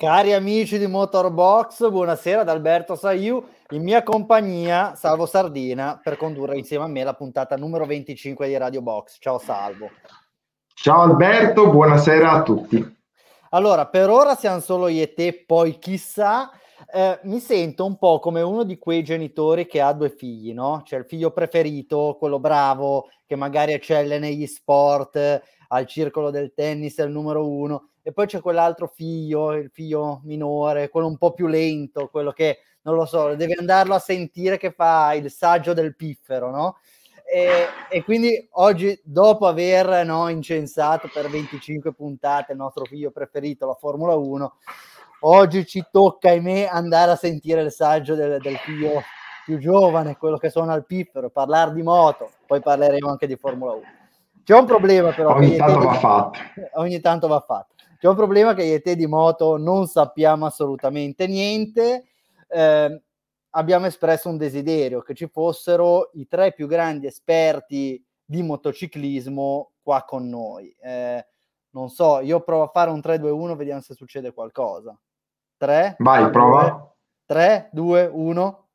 Cari amici di Motorbox, buonasera ad Alberto Saiu, in mia compagnia Salvo Sardina per condurre insieme a me la puntata numero 25 di Radio Box. Ciao Salvo. Ciao Alberto, buonasera a tutti. Allora, per ora siamo solo io e te, poi chissà. Mi sento un po' come uno di quei genitori che ha due figli, no? C'è il figlio preferito, quello bravo, che magari eccelle negli sport, al circolo del tennis è il numero uno, e poi c'è quell'altro figlio, il figlio minore, quello un po' più lento, quello che, non lo so, devi andarlo a sentire che fa il saggio del piffero, no? E quindi oggi, dopo aver incensato per 25 puntate il nostro figlio preferito, la Formula 1, oggi ci tocca, ahimè, andare a sentire il saggio del figlio più giovane, quello che suona il piffero, parlare di moto, poi parleremo anche di Formula 1. C'è un problema però Ogni tanto va fatto. Ogni tanto va fatto. C'è un problema che io e te di moto non sappiamo assolutamente niente. Abbiamo espresso un desiderio che ci fossero i tre più grandi esperti di motociclismo qua con noi. Non so, io provo a fare un 3-2-1, vediamo se succede qualcosa. 3, Vai, prova. 3, 2, 1.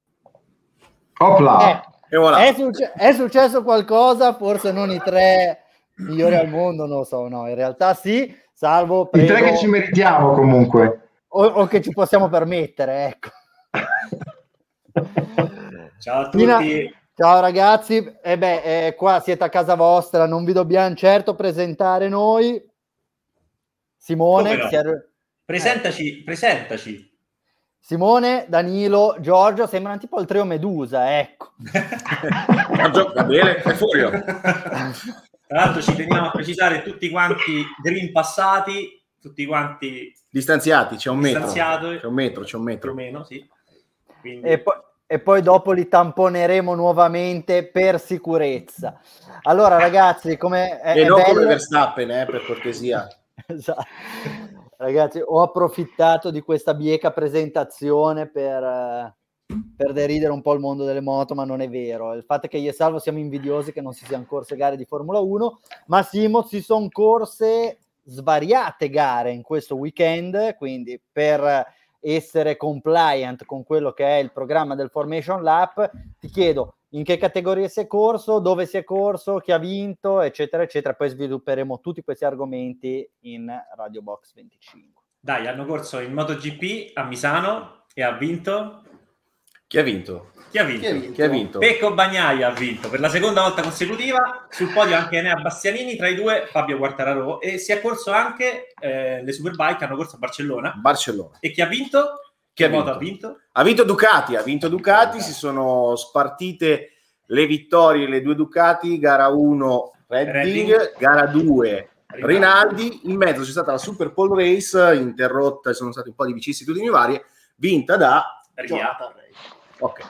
Opla! E voilà. È successo qualcosa, forse non i tre migliori al mondo, non lo so, no, in realtà sì, Salvo, prego. I tre che ci meritiamo comunque. O che ci possiamo permettere, ecco. Ciao a tutti. Ciao ragazzi, qua siete a casa vostra, non vi dobbiamo certo presentare noi. Simone, no? Presentaci. Simone, Danilo, Giorgio, sembrano tipo il trio Medusa, ecco. Gabriele e Furio. Tra l'altro ci teniamo a precisare tutti quanti green passati, tutti quanti distanziati, c'è un metro. C'è un metro. Più o meno, sì. Quindi... E poi dopo li tamponeremo nuovamente per sicurezza. Allora ragazzi, come e non come Verstappen, per cortesia. Esatto. Ragazzi, ho approfittato di questa bieca presentazione per deridere un po' il mondo delle moto, ma non è vero. Il fatto è che io e Salvo siamo invidiosi che non si siano corse gare di Formula 1, ma si sono corse svariate gare in questo weekend, quindi per essere compliant con quello che è il programma del Formation Lap, ti chiedo in che categorie si è corso, dove si è corso, chi ha vinto, eccetera, eccetera. Poi svilupperemo tutti questi argomenti in Radio Box 25. Dai, hanno corso in MotoGP a Misano e ha vinto... Chi ha vinto? Pecco Bagnaia ha vinto per la seconda volta consecutiva, sul podio anche Enea Bastianini, tra i due Fabio Quartararo, e si è corso anche le Superbike, hanno corso a Barcellona. E chi ha vinto? Ha vinto Ducati, si sono spartite le vittorie, le due Ducati, gara 1 Redding, gara 2 Rinaldi, in mezzo c'è stata la Super Pole Race interrotta, sono state un po' di vicissitudini varie, vinta da Jonathan Rea. Ok.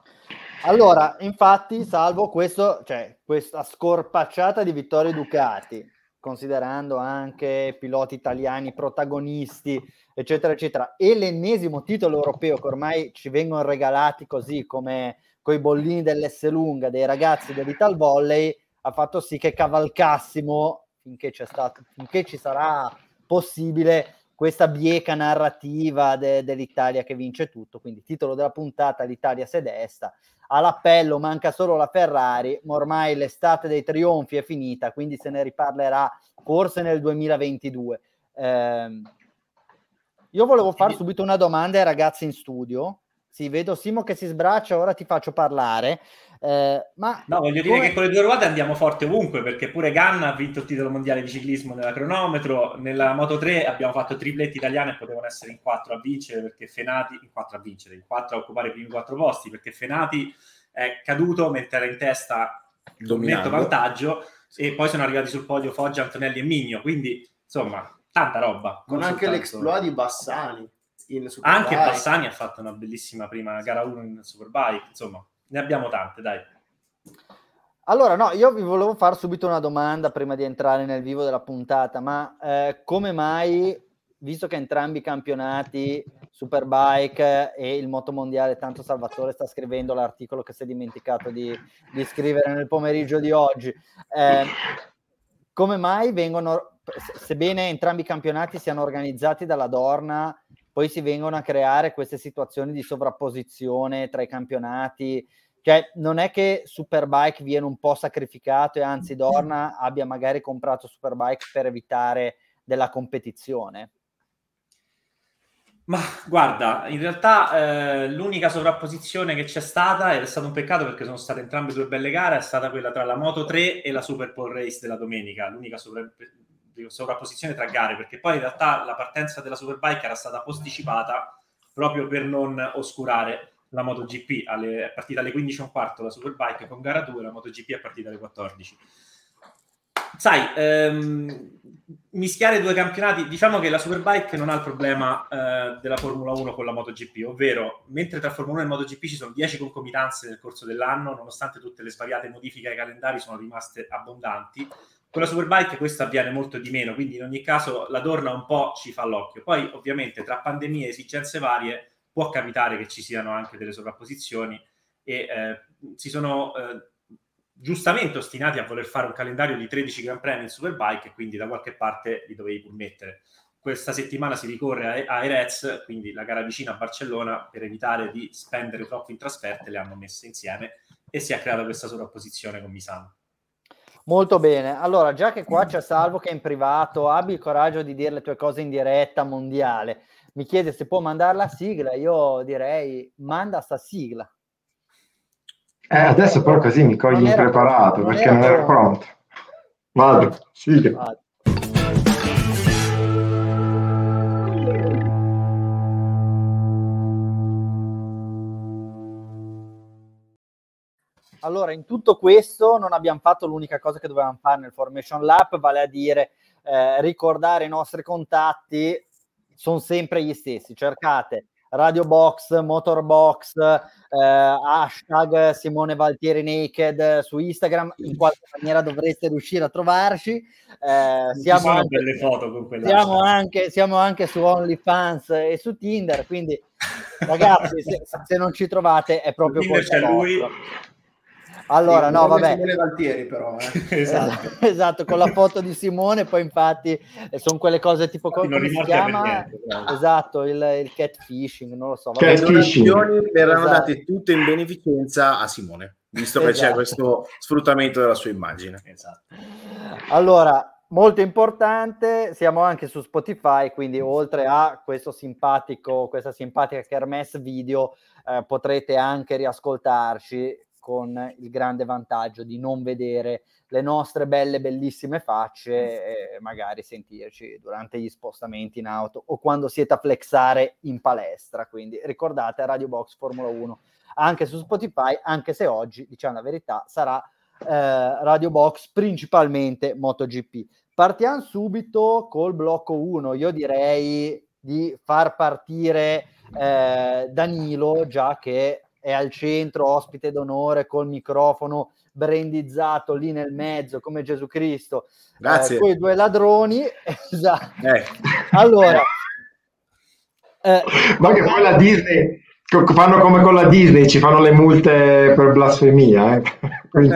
Allora, infatti, Salvo questa scorpacciata di vittorie Ducati, considerando anche piloti italiani protagonisti, eccetera, eccetera, e l'ennesimo titolo europeo che ormai ci vengono regalati così come coi bollini dell'Esselunga dei ragazzi dell'Ital Volley, ha fatto sì che cavalcassimo finché ci sarà possibile questa bieca narrativa dell'Italia che vince tutto. Quindi titolo della puntata: l'Italia si desta. All'appello manca solo la Ferrari, ma ormai l'estate dei trionfi è finita, quindi se ne riparlerà forse nel 2022. Io volevo fare subito una domanda ai ragazzi in studio. Sì, vedo Simo che si sbraccia, ora ti faccio parlare. Dire che con le due ruote andiamo forte ovunque, perché pure Ganna ha vinto il titolo mondiale di ciclismo nella cronometro, nella Moto 3 abbiamo fatto tripletti italiani e potevano essere in 4 a vincere, perché Fenati in 4 a occupare i primi 4 posti, perché Fenati è caduto mentre era in testa con netto vantaggio, e poi sono arrivati sul podio Foggia, Antonelli e Migno, quindi insomma tanta roba. Con anche l'exploit di Bassani in Superbike. Anche Bassani ha fatto una bellissima prima gara 1 in Superbike, insomma ne abbiamo tante, dai. Allora, no, io vi volevo fare subito una domanda prima di entrare nel vivo della puntata, ma come mai, visto che entrambi i campionati, Superbike e il Motomondiale, tanto Salvatore sta scrivendo l'articolo che si è dimenticato di scrivere nel pomeriggio di oggi, come mai vengono sebbene entrambi i campionati siano organizzati dalla Dorna, poi si vengono a creare queste situazioni di sovrapposizione tra i campionati. Cioè, non è che Superbike viene un po' sacrificato e anzi Dorna abbia magari comprato Superbike per evitare della competizione? Ma guarda, in realtà l'unica sovrapposizione che c'è stata, ed è stato un peccato perché sono state entrambe due belle gare, è stata quella tra la Moto 3 e la Super Pole Race della domenica, l'unica sovrapposizione tra gare, perché poi in realtà la partenza della Superbike era stata posticipata proprio per non oscurare la MotoGP. È partita alle 15:15 la Superbike con gara 2, la MotoGP è partita alle 14. Sai, mischiare due campionati, diciamo che la Superbike non ha il problema della Formula 1 con la MotoGP, ovvero mentre tra Formula 1 e MotoGP ci sono 10 concomitanze nel corso dell'anno, nonostante tutte le svariate modifiche ai calendari sono rimaste abbondanti, con la Superbike questo avviene molto di meno, quindi in ogni caso la Dorna un po' ci fa l'occhio. Poi ovviamente tra pandemie e esigenze varie può capitare che ci siano anche delle sovrapposizioni e si sono giustamente ostinati a voler fare un calendario di 13 Gran Premi in Superbike e quindi da qualche parte li dovevi pur mettere. Questa settimana si ricorre a Jerez, quindi la gara vicina a Barcellona, per evitare di spendere troppo in trasferte le hanno messe insieme e si è creata questa sovrapposizione con Misano. Molto bene, allora già che qua c'è Salvo che è in privato, abbi il coraggio di dire le tue cose in diretta mondiale, mi chiede se può mandare la sigla, io direi manda sta sigla. Adesso però così mi cogli impreparato perché non ero pronto. Vado, sigla. Vado. Allora, in tutto questo non abbiamo fatto l'unica cosa che dovevamo fare nel Formation Lap, vale a dire ricordare i nostri contatti, sono sempre gli stessi, cercate Radio Box, Motorbox, hashtag Simone Valtieri Naked su Instagram, in qualche maniera dovreste riuscire a trovarci. Siamo anche su OnlyFans e su Tinder, quindi ragazzi se non ci trovate è proprio colpa lui. Allora, sì, no, vabbè. Simone Valtieri, però. Esatto, con la foto di Simone, poi infatti sono quelle cose tipo come si chiama? Niente, esatto, il catfishing, non lo so. Le donazioni verranno date tutte in beneficenza a Simone, visto che c'è questo sfruttamento della sua immagine. Esatto. Allora, molto importante, siamo anche su Spotify, quindi oltre a questa simpatica kermesse video, potrete anche riascoltarci con il grande vantaggio di non vedere le nostre bellissime facce e magari sentirci durante gli spostamenti in auto o quando siete a flexare in palestra. Quindi ricordate Radio Box Formula 1 anche su Spotify, anche se oggi, diciamo la verità, sarà Radio Box principalmente MotoGP. Partiamo subito col blocco 1. Io direi di far partire Danilo, già che è al centro, ospite d'onore, col microfono brandizzato lì nel mezzo come Gesù Cristo. Grazie. Con i due ladroni. Esatto. Allora, ma che poi la Disney fanno come con la Disney, ci fanno le multe per blasfemia. Quindi,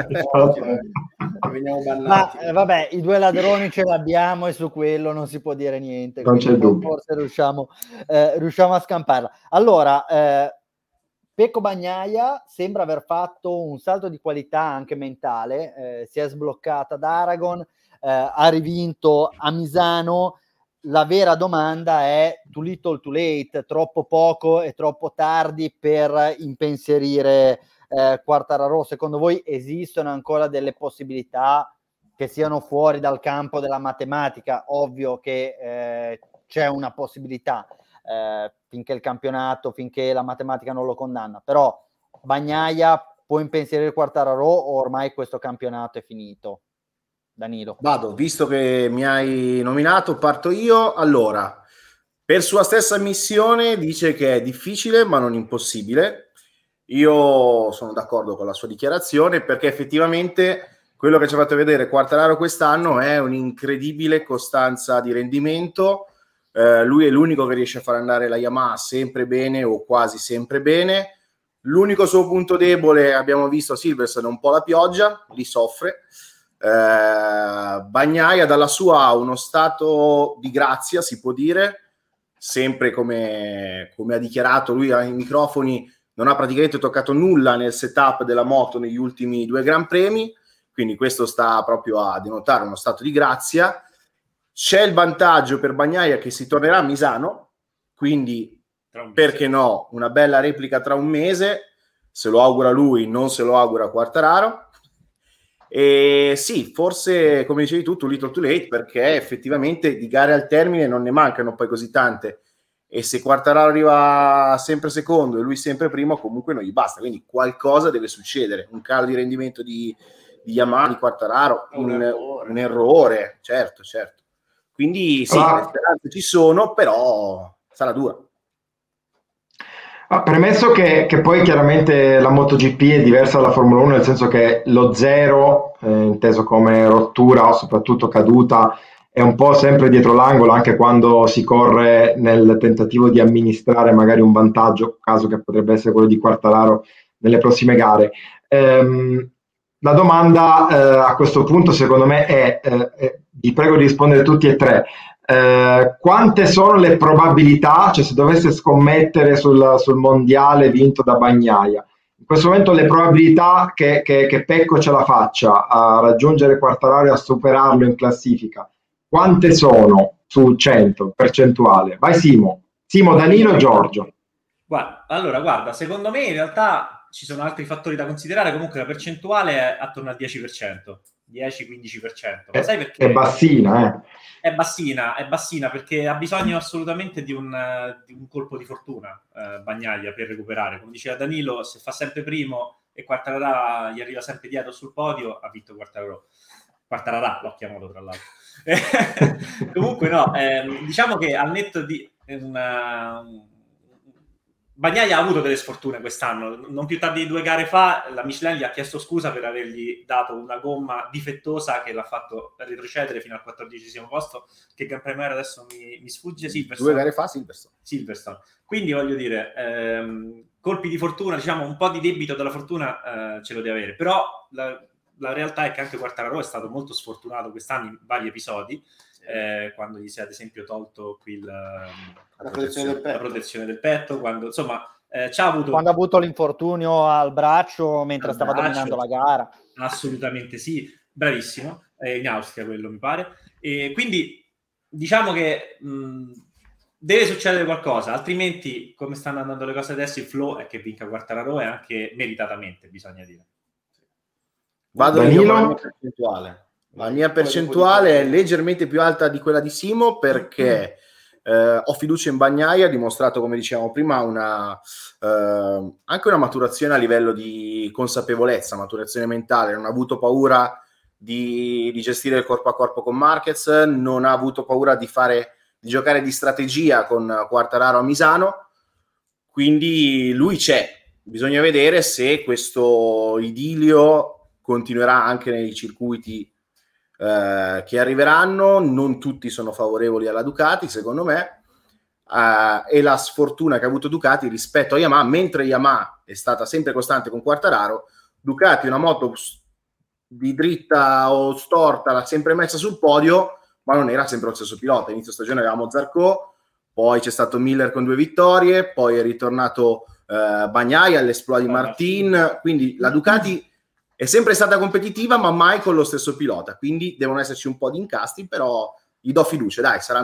ma vabbè, i due ladroni ce l'abbiamo e su quello non si può dire niente. Non c'è dubbio. Forse riusciamo a scamparla. Allora, Pecco Bagnaia sembra aver fatto un salto di qualità anche mentale, si è sbloccata ad Aragon, ha rivinto a Misano. La vera domanda è too little too late, troppo poco e troppo tardi per impensierire Quartararo. Secondo voi esistono ancora delle possibilità che siano fuori dal campo della matematica? Ovvio che c'è una possibilità, finché il campionato, finché la matematica non lo condanna, però Bagnaia può impensierire Quartararo o ormai questo campionato è finito? Danilo. Vado, visto che mi hai nominato, parto io. Allora, per sua stessa missione dice che è difficile ma non impossibile. Io sono d'accordo con la sua dichiarazione, perché effettivamente quello che ci ha fatto vedere Quartararo quest'anno è un'incredibile costanza di rendimento. Lui è l'unico che riesce a far andare la Yamaha sempre bene o quasi sempre bene. L'unico suo punto debole, abbiamo visto a Silverstone, è un po' la pioggia, li soffre. Bagnaia dalla sua ha uno stato di grazia, si può dire, sempre come ha dichiarato lui ai microfoni, non ha praticamente toccato nulla nel setup della moto negli ultimi 2 Gran Premi, quindi questo sta proprio a denotare uno stato di grazia. C'è il vantaggio per Bagnaia che si tornerà a Misano, quindi perché no, una bella replica tra un mese, se lo augura lui, non se lo augura Quartararo. E sì, forse come dicevi tu, too little too late, perché effettivamente di gare al termine non ne mancano poi così tante, e se Quartararo arriva sempre secondo e lui sempre primo, comunque non gli basta, quindi qualcosa deve succedere, un calo di rendimento di Yamaha, di Quartararo, un errore, certo, quindi sì, le speranze ci sono, però sarà dura. Premesso che poi chiaramente la MotoGP è diversa dalla Formula 1, nel senso che lo zero, inteso come rottura o soprattutto caduta, è un po' sempre dietro l'angolo, anche quando si corre nel tentativo di amministrare magari un vantaggio, caso che potrebbe essere quello di Quartararo nelle prossime gare. La domanda a questo punto secondo me è, vi prego di rispondere tutti e tre, quante sono le probabilità, cioè se dovesse scommettere sul mondiale vinto da Bagnaia, in questo momento le probabilità che Pecco ce la faccia a raggiungere Quartararo e a superarlo in classifica, quante sono su 100 percentuale? Vai Simo, Danilo e Giorgio. Guarda, secondo me in realtà ci sono altri fattori da considerare, comunque la percentuale è attorno al 10%. 10-15%. Ma sai perché? È bassina, È bassina perché ha bisogno assolutamente di un colpo di fortuna Bagnaia per recuperare. Come diceva Danilo, se fa sempre primo e Quartararo gli arriva sempre dietro sul podio, ha vinto Quartararo, l'ho chiamato tra l'altro. Comunque no, diciamo che al netto di Bagnaia ha avuto delle sfortune quest'anno. Non più tardi di 2 gare fa la Michelin gli ha chiesto scusa per avergli dato una gomma difettosa che l'ha fatto retrocedere fino al 14° posto. Che Gran Premio era adesso mi sfugge. Silverstone. 2 gare fa Silverstone. Quindi voglio dire, colpi di fortuna, diciamo un po' di debito della fortuna ce lo deve avere. Però la realtà è che anche Quartararo è stato molto sfortunato quest'anno in vari episodi. Quando gli si è ad esempio tolto qui la protezione del petto, quando insomma quando ha avuto l'infortunio al braccio mentre stava dominando la gara. Assolutamente sì, bravissimo, in Austria quello mi pare, e quindi diciamo che deve succedere qualcosa, altrimenti come stanno andando le cose adesso il flow è che vinca Quartararo, e anche meritatamente, bisogna dire. Vado io percentuale. La mia percentuale è leggermente più alta di quella di Simo, perché ho fiducia in Bagnaia, ha dimostrato, come dicevamo prima, anche una maturazione a livello di consapevolezza, maturazione mentale. Non ha avuto paura di gestire il corpo a corpo con Marquez, non ha avuto paura di giocare di strategia con Quartararo a Misano, quindi lui c'è. Bisogna vedere se questo idilio continuerà anche nei circuiti che arriveranno. Non tutti sono favorevoli alla Ducati, secondo me, e la sfortuna che ha avuto Ducati rispetto a Yamaha, mentre Yamaha è stata sempre costante con Quartararo, Ducati una moto di dritta o storta l'ha sempre messa sul podio, ma non era sempre lo stesso pilota. Inizio stagione avevamo Zarco, poi c'è stato Miller con 2 vittorie, poi è ritornato Bagnaia all'esploit di Martin, quindi la Ducati è sempre stata competitiva, ma mai con lo stesso pilota, quindi devono esserci un po' di incastri, però gli do fiducia, dai, sarà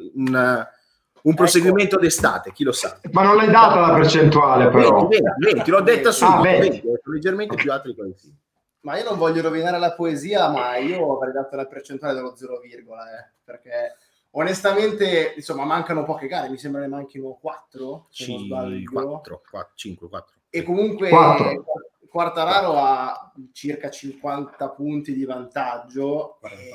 un proseguimento d'estate, chi lo sa. Ma non l'hai data la percentuale, però. 20, l'ho detta subito, 20, leggermente più alti che sì. Ma io non voglio rovinare la poesia, ma io avrei dato la percentuale dello 0, perché onestamente, insomma, mancano poche gare, mi sembra ne manchino 4, se non sbaglio. 4. E comunque 4. Quartararo ha circa 50 punti di vantaggio,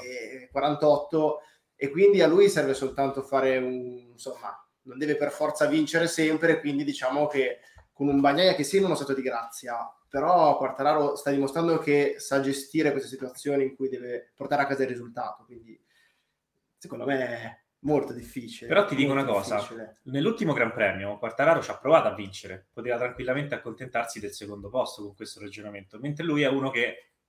48, e quindi a lui serve soltanto fare insomma, non deve per forza vincere sempre, quindi diciamo che con un Bagnaia che sì, in uno stato di grazia, però Quartararo sta dimostrando che sa gestire queste situazioni in cui deve portare a casa il risultato, quindi secondo me è molto difficile. Però ti dico una cosa, nell'ultimo Gran Premio Quartararo ci ha provato a vincere, poteva tranquillamente accontentarsi del secondo posto con questo ragionamento, mentre lui è uno che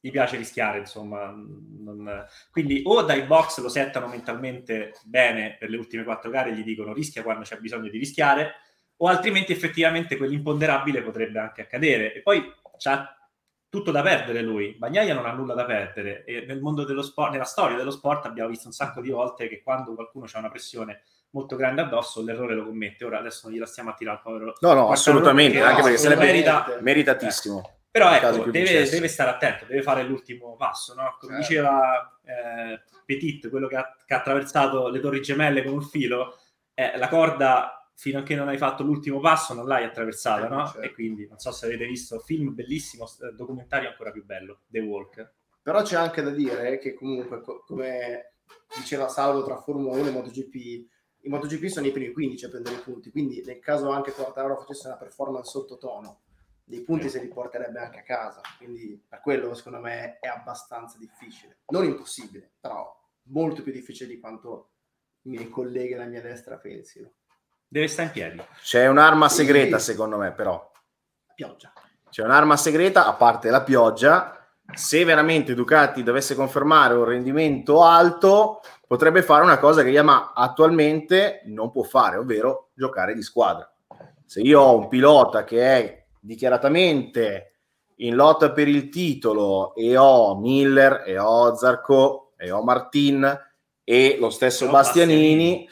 gli piace rischiare, insomma. Quindi o dai box lo settano mentalmente bene per le ultime 4 gare, gli dicono rischia quando c'è bisogno di rischiare, o altrimenti effettivamente quell'imponderabile potrebbe anche accadere. E poi c'ha tutto da perdere lui. Bagnaia non ha nulla da perdere, e nel mondo dello sport, nella storia dello sport, abbiamo visto un sacco di volte che quando qualcuno ha una pressione molto grande addosso, l'errore lo commette. Ora adesso non gliela stiamo a tirare al povero. No, assolutamente, anche perché sarebbe meritatissimo. Però ecco, deve stare attento, deve fare l'ultimo passo, no? Come diceva Petit, quello che ha attraversato le Torri Gemelle con un filo, la corda, fino a che non hai fatto l'ultimo passo, non l'hai attraversata, no? Certo. E quindi, non so se avete visto, film bellissimo, documentario ancora più bello, The Walk. Però c'è anche da dire che comunque, come diceva Salvo, tra Formula 1 e MotoGP, i MotoGP sono i primi 15 a prendere i punti, quindi nel caso anche Quartararo facesse una performance sottotono, dei punti se li porterebbe anche a casa, quindi per quello secondo me è abbastanza difficile, non impossibile, però molto più difficile di quanto i miei colleghi alla mia destra pensino. Deve stare in piedi. C'è un'arma segreta, secondo me, però. La pioggia. C'è un'arma segreta, a parte la pioggia. Se veramente Ducati dovesse confermare un rendimento alto, potrebbe fare una cosa che Yamaha attualmente non può fare, ovvero giocare di squadra. Se io ho un pilota che è dichiaratamente in lotta per il titolo e ho Miller, e ho Zarco, e ho Martin, e lo stesso Bastianini,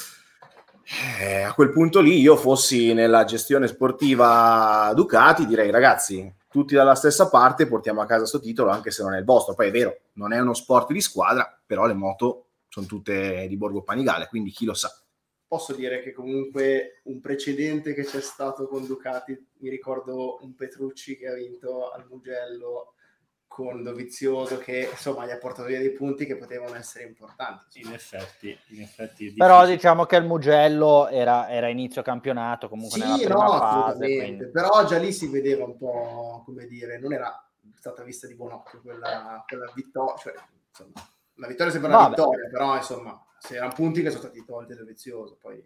a quel punto lì io fossi nella gestione sportiva Ducati, direi ragazzi, tutti dalla stessa parte, portiamo a casa sto titolo anche se non è il vostro. Poi è vero, non è uno sport di squadra, però le moto sono tutte di Borgo Panigale, quindi chi lo sa. Posso dire che comunque un precedente che c'è stato con Ducati, mi ricordo un Petrucci che ha vinto al Mugello con Dovizioso, che insomma gli ha portato via dei punti che potevano essere importanti. In effetti però diciamo che il Mugello era inizio campionato, comunque nella prima fase, quindi... però già lì si vedeva un po', come dire, non era stata vista di buon occhio quella vittoria, cioè insomma la vittoria sembra una vittoria, però insomma se erano punti che sono stati tolti da Dovizioso. Poi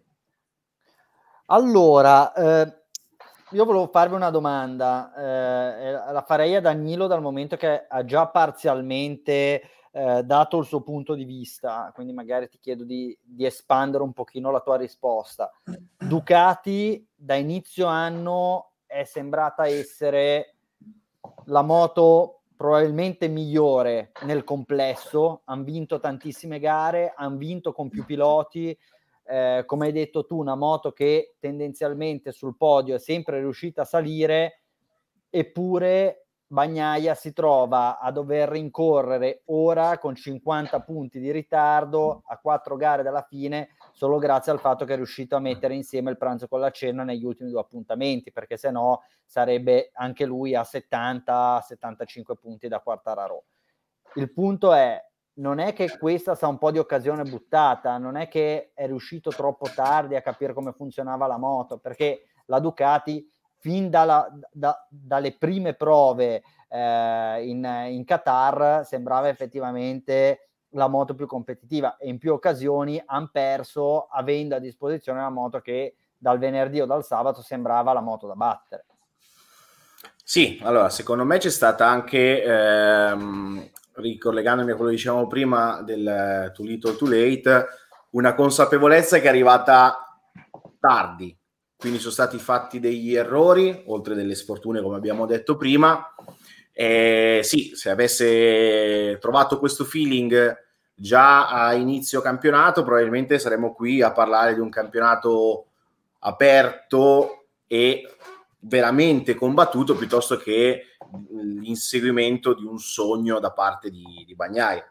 allora io volevo farvi una domanda, la farei a Danilo dal momento che ha già parzialmente dato il suo punto di vista, quindi magari ti chiedo di espandere un pochino la tua risposta. Ducati da inizio anno è sembrata essere la moto probabilmente migliore nel complesso, hanno vinto tantissime gare, hanno vinto con più piloti, come hai detto tu, una moto che tendenzialmente sul podio è sempre riuscita a salire, eppure Bagnaia si trova a dover rincorrere ora con 50 punti di ritardo a 4 gare dalla fine, solo grazie al fatto che è riuscito a mettere insieme il pranzo con la cena negli ultimi 2 appuntamenti, perché se no sarebbe anche lui a 70-75 punti da Quartararo. Il punto è, non è che questa sia un po' di occasione buttata, non è che è riuscito troppo tardi a capire come funzionava la moto, perché la Ducati fin dalle prime prove in Qatar sembrava effettivamente la moto più competitiva, e in più occasioni hanno perso avendo a disposizione una moto che dal venerdì o dal sabato sembrava la moto da battere. Sì, allora secondo me c'è stata anche, ricollegandomi a quello che dicevamo prima del too little too late, una consapevolezza che è arrivata tardi, quindi sono stati fatti degli errori, oltre delle sfortune come abbiamo detto prima. Sì, se avesse trovato questo feeling già a inizio campionato, probabilmente saremmo qui a parlare di un campionato aperto e veramente combattuto, piuttosto che l'inseguimento di un sogno da parte di Bagnaia.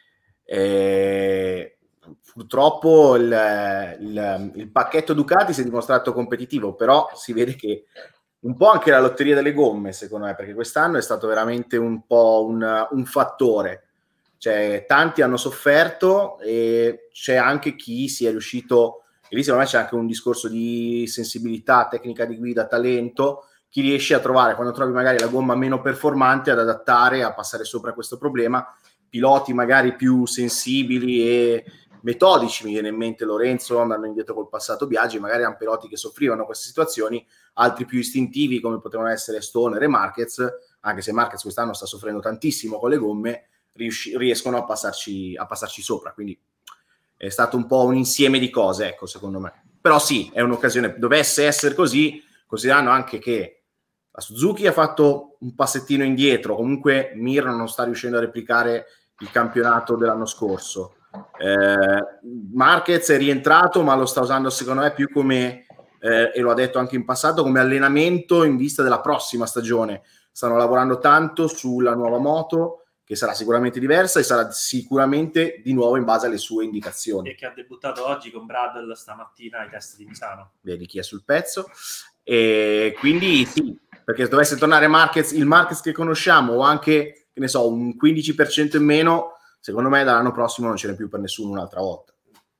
Purtroppo il pacchetto Ducati si è dimostrato competitivo, però si vede che un po' anche la lotteria delle gomme, secondo me, perché quest'anno è stato veramente un po' un fattore. Cioè, tanti hanno sofferto e c'è anche chi si è riuscito, e lì secondo me c'è anche un discorso di sensibilità, tecnica di guida, talento, chi riesce a trovare, quando trovi magari la gomma meno performante, ad adattare, a passare sopra questo problema. Piloti magari più sensibili e metodici, mi viene in mente Lorenzo andando indietro col passato Biaggi, magari erano piloti che soffrivano queste situazioni, altri più istintivi come potevano essere Stoner e Marquez, anche se Marquez quest'anno sta soffrendo tantissimo con le gomme, riescono a passarci sopra, quindi è stato un po' un insieme di cose, ecco, secondo me. Però sì, è un'occasione, dovesse essere così, considerando anche che la Suzuki ha fatto un passettino indietro, comunque Mir non sta riuscendo a replicare il campionato dell'anno scorso. Marquez è rientrato, ma lo sta usando secondo me più come, e lo ha detto anche in passato, come allenamento in vista della prossima stagione. Stanno lavorando tanto sulla nuova moto, che sarà sicuramente diversa e sarà sicuramente di nuovo in base alle sue indicazioni. E che ha debuttato oggi con Bradl stamattina ai test di Misano. Vedi chi è sul pezzo. E quindi sì, perché se dovesse tornare Marquez, il Marquez che conosciamo, o anche, che ne so, un 15% in meno, secondo me dall'anno prossimo non ce n'è più per nessuno un'altra volta.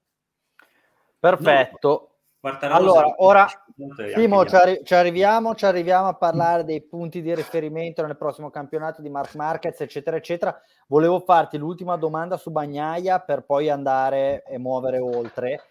Perfetto. Allora, ora Simo, ci arriviamo a parlare dei punti di riferimento nel prossimo campionato di Marc Marquez, eccetera, eccetera. Volevo farti l'ultima domanda su Bagnaia per poi andare e muovere oltre.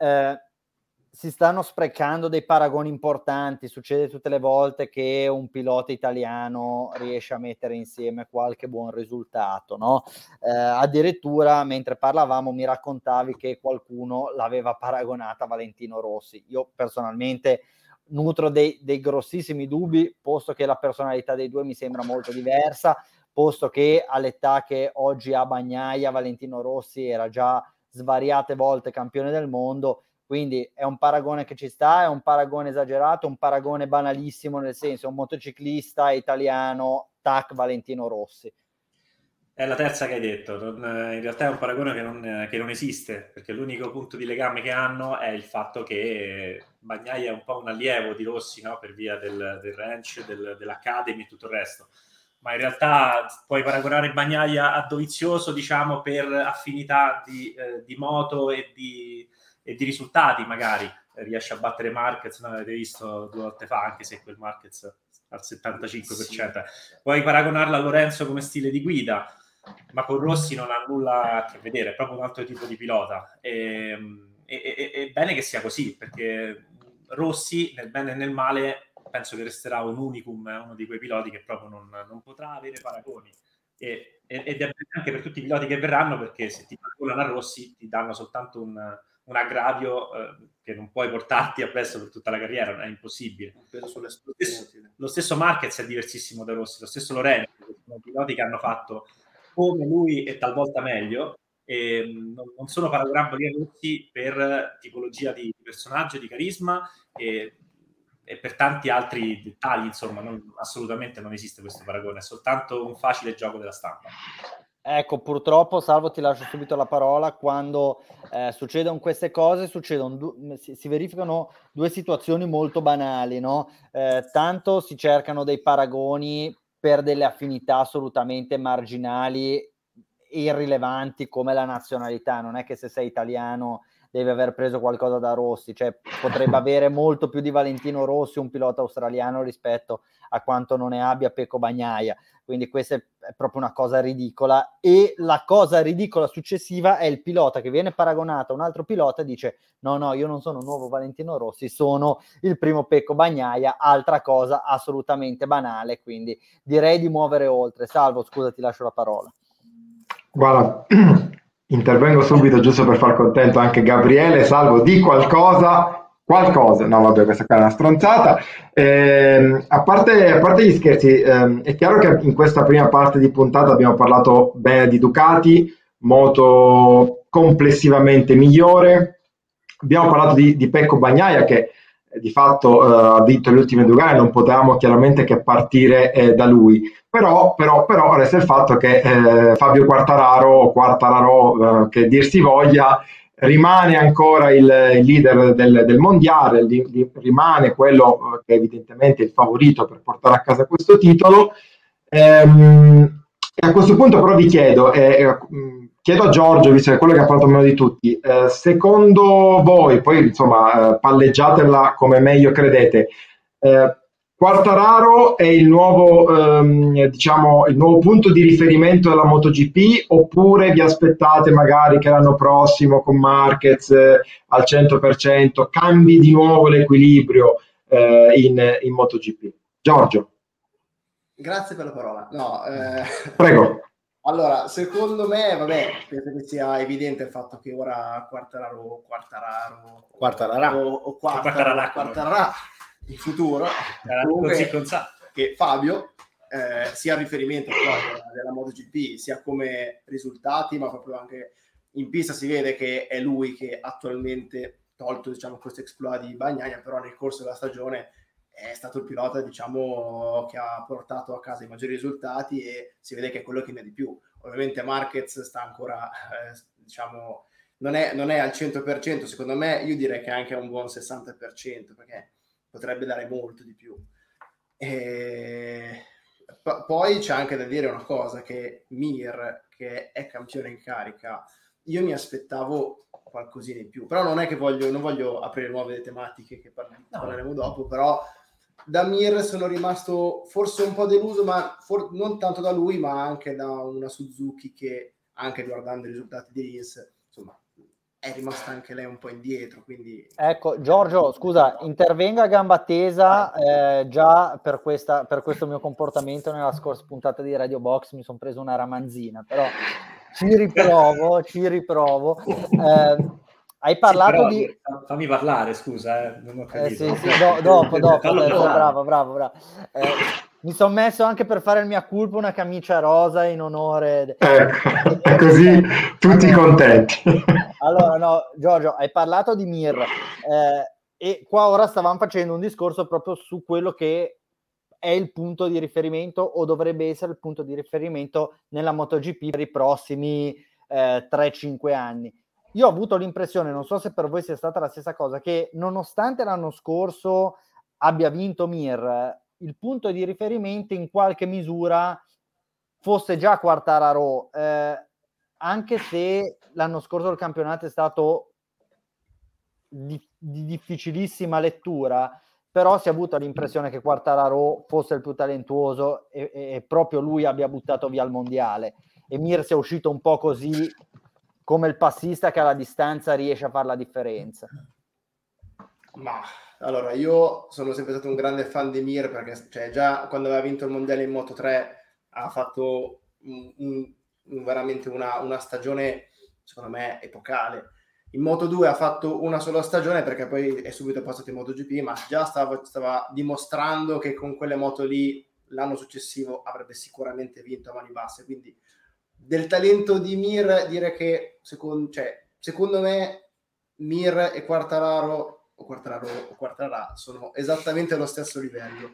Si stanno sprecando dei paragoni importanti, succede tutte le volte che un pilota italiano riesce a mettere insieme qualche buon risultato, no? Addirittura mentre parlavamo mi raccontavi che qualcuno l'aveva paragonata a Valentino Rossi. Io personalmente nutro dei grossissimi dubbi, posto che la personalità dei due mi sembra molto diversa, posto che all'età che oggi ha Bagnaia, Valentino Rossi era già svariate volte campione del mondo. Quindi è un paragone che ci sta, è un paragone esagerato, un paragone banalissimo, nel senso un motociclista italiano, tac, Valentino Rossi. È la terza che hai detto, in realtà è un paragone che non esiste, perché l'unico punto di legame che hanno è il fatto che Bagnaia è un po' un allievo di Rossi, no? Per via del ranch, dell'Academy e tutto il resto. Ma in realtà puoi paragonare Bagnaia a Dovizioso, diciamo, per affinità di moto e di risultati, magari riesce a battere Marquez, no? Avete visto 2 volte fa, anche se quel Marquez al 75%. Sì. Puoi paragonarla a Lorenzo come stile di guida, ma con Rossi non ha nulla a che vedere, è proprio un altro tipo di pilota. È bene che sia così, perché Rossi, nel bene e nel male, penso che resterà un unicum, uno di quei piloti che proprio non potrà avere paragoni. Ed è bene anche per tutti i piloti che verranno, perché se ti paragonano a Rossi ti danno soltanto un aggravio che non puoi portarti appresso per tutta la carriera, è impossibile. Lo stesso Marquez è diversissimo da Rossi, lo stesso Lorenzo, sono piloti che hanno fatto come lui e talvolta meglio, e non sono paragonabili a Rossi per tipologia di personaggio, di carisma e per tanti altri dettagli, insomma, assolutamente non esiste questo paragone, è soltanto un facile gioco della stampa. Ecco, purtroppo, Salvo, ti lascio subito la parola. Quando succedono queste cose, si verificano due situazioni molto banali, no? Tanto si cercano dei paragoni per delle affinità assolutamente marginali e irrilevanti come la nazionalità. Non è che se sei italiano devi aver preso qualcosa da Rossi, cioè potrebbe avere molto più di Valentino Rossi un pilota australiano rispetto a quanto non ne abbia Pecco Bagnaia. Quindi questa è proprio una cosa ridicola, e la cosa ridicola successiva è il pilota che viene paragonato a un altro pilota e dice no, io non sono un nuovo Valentino Rossi, sono il primo Pecco Bagnaia, altra cosa assolutamente banale, quindi direi di muovere oltre. Salvo, scusa, ti lascio la parola. Guarda, intervengo subito giusto per far contento anche Gabriele. Salvo, di qualcosa, no vabbè, questa qua è una stronzata. A parte gli scherzi, è chiaro che in questa prima parte di puntata abbiamo parlato bene di Ducati, moto complessivamente migliore, abbiamo parlato di Pecco Bagnaia che di fatto ha vinto le ultime 2 gare, non potevamo chiaramente che partire da lui, però resta il fatto che Fabio Quartararo, che dir si voglia, rimane ancora il leader del mondiale, rimane quello che evidentemente è il favorito per portare a casa questo titolo. E a questo punto però vi chiedo a Giorgio, visto che è quello che ha parlato meno di tutti, secondo voi, poi insomma palleggiatela come meglio credete, Quartararo è il nuovo punto di riferimento della MotoGP, oppure vi aspettate magari che l'anno prossimo con Marquez al 100% cambi di nuovo l'equilibrio in MotoGP? Giorgio. Grazie per la parola. No, Prego. Allora, secondo me, vabbè, penso che sia evidente il fatto che ora Quartararo in futuro, comunque, che Fabio sia il riferimento della MotoGP, sia come risultati, ma proprio anche in pista si vede che è lui che attualmente, tolto diciamo questo exploit di Bagnaia, però nel corso della stagione è stato il pilota diciamo che ha portato a casa i maggiori risultati e si vede che è quello che ne ha di più. Ovviamente Marquez sta ancora diciamo non è al 100%, secondo me io direi che è anche a un buon 60%, perché potrebbe dare molto di più. Poi c'è anche da dire una cosa, che Mir, che è campione in carica, io mi aspettavo qualcosina in più, però non è che non voglio aprire nuove tematiche che parleremo dopo, però da Mir sono rimasto forse un po' deluso, ma non tanto da lui, ma anche da una Suzuki che, anche guardando i risultati di Rins, insomma, è rimasta anche lei un po' indietro. Quindi ecco, Giorgio, scusa, intervenga a gamba tesa. Già per questo mio comportamento nella scorsa puntata di Radio Box mi sono preso una ramanzina, però ci riprovo. Hai parlato di... Fammi parlare, scusa, non ho capito. Dopo, bravo. Mi sono messo anche per fare il mia colpa una camicia rosa in onore... Così tutti contenti. Allora, no, Giorgio, hai parlato di Mir e qua ora stavamo facendo un discorso proprio su quello che è il punto di riferimento o dovrebbe essere il punto di riferimento nella MotoGP per i prossimi 3-5 anni. Io ho avuto l'impressione, non so se per voi sia stata la stessa cosa, che nonostante l'anno scorso abbia vinto Mir, il punto di riferimento in qualche misura fosse già Quartararo, anche se l'anno scorso il campionato è stato di difficilissima lettura, però si è avuta l'impressione che Quartararo fosse il più talentuoso e proprio lui abbia buttato via il mondiale, e Mir sia uscito un po' così come il passista che alla distanza riesce a fare la differenza. Ma allora, io sono sempre stato un grande fan di Mir, perché già quando aveva vinto il mondiale in Moto3 ha fatto veramente una stagione secondo me epocale. In Moto2 ha fatto una sola stagione, perché poi è subito passato in MotoGP, ma già stava dimostrando che con quelle moto lì l'anno successivo avrebbe sicuramente vinto a mani basse. Quindi del talento di Mir, dire che secondo me Mir e Quartararo sono esattamente allo stesso livello.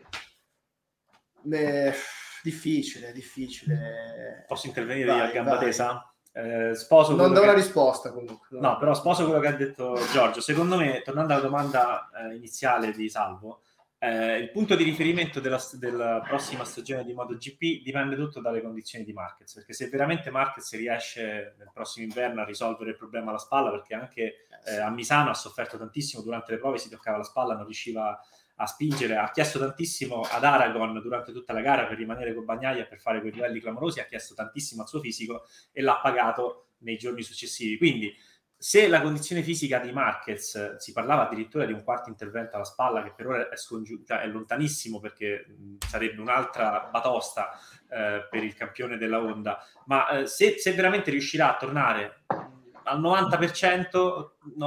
Difficile. Posso intervenire a gamba tesa? Sposo non do una risposta comunque. No, però sposo quello che ha detto Giorgio. Secondo me, tornando alla domanda iniziale di Salvo, il punto di riferimento della prossima stagione di MotoGP dipende tutto dalle condizioni di Marquez, perché se veramente Marquez riesce nel prossimo inverno a risolvere il problema alla spalla, perché anche a Misano ha sofferto tantissimo durante le prove, si toccava la spalla, non riusciva a spingere, ha chiesto tantissimo ad Aragon durante tutta la gara per rimanere con Bagnaia, per fare quei duelli clamorosi, ha chiesto tantissimo al suo fisico e l'ha pagato nei giorni successivi. Quindi se la condizione fisica di Marquez, si parlava addirittura di un quarto intervento alla spalla, che per ora è lontanissimo, perché sarebbe un'altra batosta per il campione della Honda, ma se veramente riuscirà a tornare al 90%,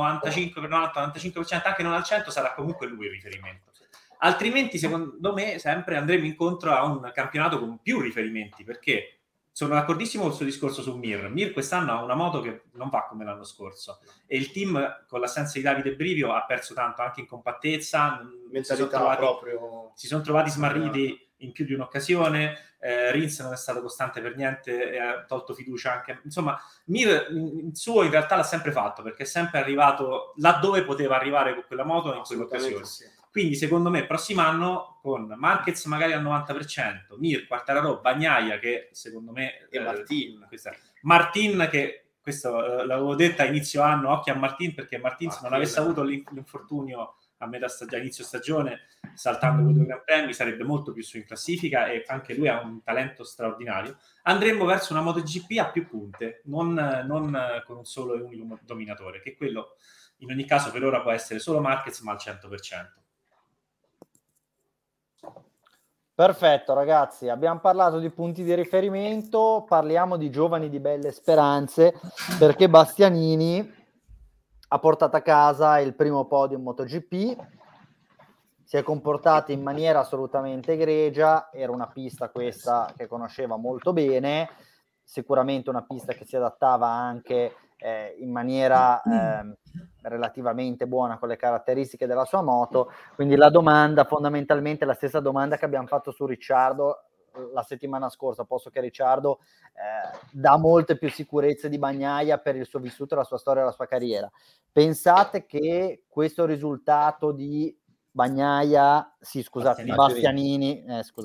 95%, anche non al 100%, sarà comunque lui il riferimento. Altrimenti, secondo me, sempre andremo incontro a un campionato con più riferimenti, perché sono d'accordissimo con il suo discorso su Mir. Mir quest'anno ha una moto che non va come l'anno scorso, e il team, con l'assenza di Davide Brivio, ha perso tanto anche in compattezza, si sono trovati smarriti in più di un'occasione. Rins non è stato costante per niente e ha tolto fiducia anche. Insomma, Mir in suo in realtà l'ha sempre fatto, perché è sempre arrivato laddove poteva arrivare con quella moto in quell'occasione. Sì. Quindi secondo me il prossimo anno, con Marquez magari al 90%, Mir, Quartararo, Bagnaia, che secondo me e Martin, che questo l'avevo detto a inizio anno, occhio a Martin, perché Martin, se non avesse avuto l'infortunio a metà stagione, inizio stagione, saltando quei 2 Gran Premi, sarebbe molto più su in classifica, e anche lui ha un talento straordinario. Andremmo verso una MotoGP a più punte, non con un solo e unico dominatore, che quello in ogni caso per ora può essere solo Marquez, ma al 100%. Perfetto ragazzi, abbiamo parlato di punti di riferimento, parliamo di giovani di belle speranze, perché Bastianini ha portato a casa il primo podium MotoGP, si è comportato in maniera assolutamente egregia, era una pista questa che conosceva molto bene, sicuramente una pista che si adattava anche in maniera relativamente buona con le caratteristiche della sua moto, quindi la domanda fondamentalmente è la stessa domanda che abbiamo fatto su Ricciardo la settimana scorsa, posto che Ricciardo dà molte più sicurezze di Bagnaia per il suo vissuto, la sua storia e la sua carriera. Pensate che questo risultato di Bagnaia, sì scusate, di Bastianini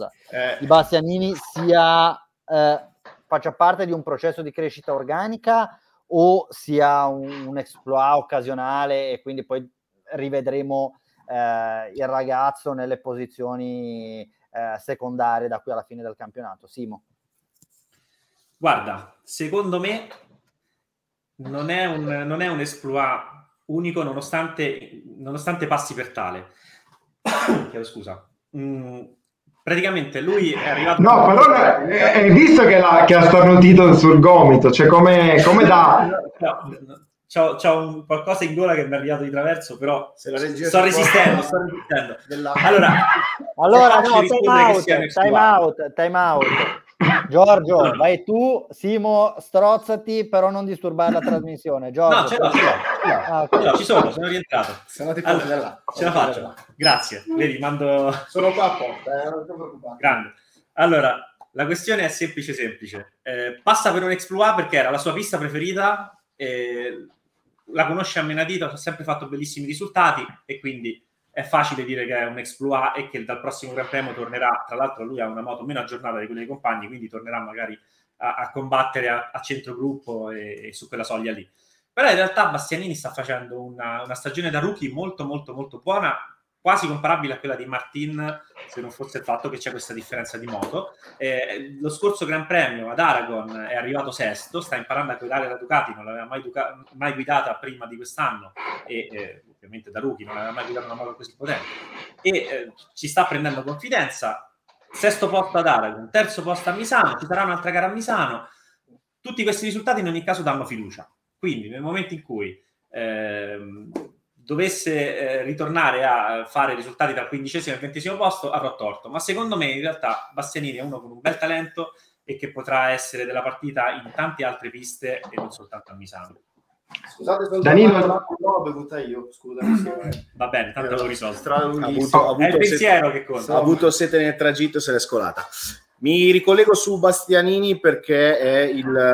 sia faccia parte di un processo di crescita organica o sia un exploit occasionale e quindi poi rivedremo il ragazzo nelle posizioni secondarie da qui alla fine del campionato? Simo? Guarda, secondo me non è un exploit unico nonostante passi per tale. Chiedo scusa. Praticamente lui è arrivato... No, però hai visto che ha starnutito sul gomito, cioè come da... C'ho qualcosa in gola che mi è arrivato di traverso, però sto resistendo. Allora no, time out. Giorgio, vai tu, Simo, strozzati, però non disturbare la trasmissione. Giorgio, no, ce l'ho, ci sono rientrato. Se no ti porto là. Ce la faccio. Grazie. Vedi, mando... Sono qua apposta, non ti preoccupare. Grande. Allora, la questione è semplice. Passa per un exploit perché era la sua pista preferita, la conosce a menadito, ha sempre fatto bellissimi risultati e quindi è facile dire che è un exploit e che dal prossimo Gran Premio tornerà. Tra l'altro lui ha una moto meno aggiornata di quelle dei compagni, quindi tornerà magari a combattere a centrogruppo e su quella soglia lì. Però in realtà Bastianini sta facendo una stagione da rookie molto molto molto buona, quasi comparabile a quella di Martin, se non fosse il fatto che c'è questa differenza di moto. Lo scorso Gran Premio ad Aragon è arrivato sesto, sta imparando a guidare la Ducati, non l'aveva mai guidata prima di quest'anno e ovviamente da rookie non aveva mai guidato una moto così potente e ci sta prendendo confidenza. Sesto posto ad Aragon, terzo posto a Misano, ci sarà un'altra gara a Misano. Tutti questi risultati in ogni caso danno fiducia, quindi nel momento in cui dovesse ritornare a fare risultati dal 15° e il 20° posto avrò torto, ma secondo me in realtà Bastianini è uno con un bel talento e che potrà essere della partita in tante altre piste e non soltanto a Misano. Scusate, Danilo, l'ho bevuta io, scusami. Va bene, tanto l'ho risolto. È il pensiero che conta. Ha avuto sete nel tragitto e se l'è scolata. Mi ricollego su Bastianini perché è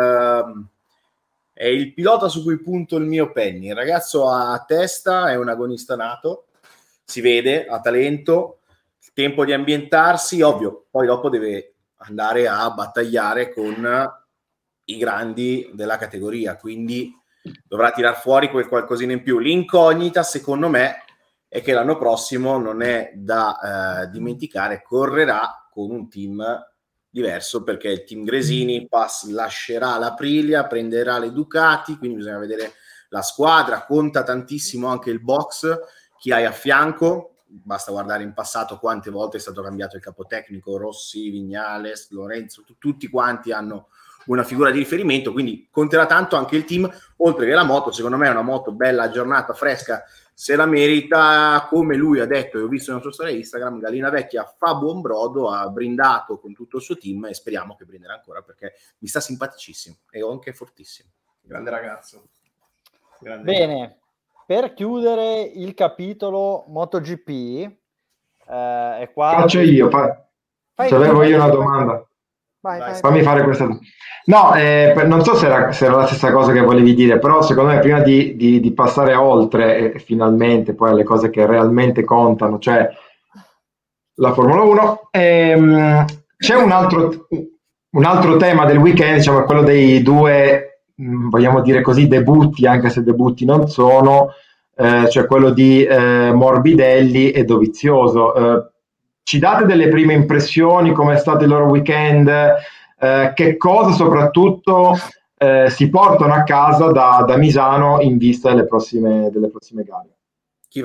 il pilota su cui punto il mio penny. Il ragazzo ha testa, è un agonista nato, si vede, ha talento, tempo di ambientarsi, ovvio, poi dopo deve andare a battagliare con i grandi della categoria, quindi dovrà tirar fuori quel qualcosina in più. L'incognita, secondo me, è che l'anno prossimo non è da dimenticare, correrà con un team diverso, perché il team Gresini lascerà l'Aprilia, prenderà le Ducati, quindi bisogna vedere la squadra, conta tantissimo anche il box, chi hai a fianco, basta guardare in passato quante volte è stato cambiato il capotecnico, Rossi, Vignales, Lorenzo, tutti quanti hanno una figura di riferimento, quindi conterà tanto anche il team, oltre che la moto. Secondo me è una moto bella, aggiornata, fresca, se la merita, come lui ha detto, e ho visto nella sua storia Instagram, Gallina Vecchia fa buon brodo, ha brindato con tutto il suo team e speriamo che brinderà ancora perché mi sta simpaticissimo e anche fortissimo. Grande ragazzo. Bene, per chiudere il capitolo MotoGP, è qua... Faccio io, se avevo io una domanda. Vai. Fammi fare questa. No, non so se era la stessa cosa che volevi dire, però secondo me prima di passare oltre e finalmente poi alle cose che realmente contano, cioè la Formula 1, c'è un altro tema del weekend, diciamo, quello dei due, vogliamo dire così, debutti, anche se debutti non sono, cioè quello di Morbidelli e Dovizioso. Ci date delle prime impressioni, come è stato il loro weekend, che cosa soprattutto si portano a casa da Misano in vista delle prossime gare? Chi va?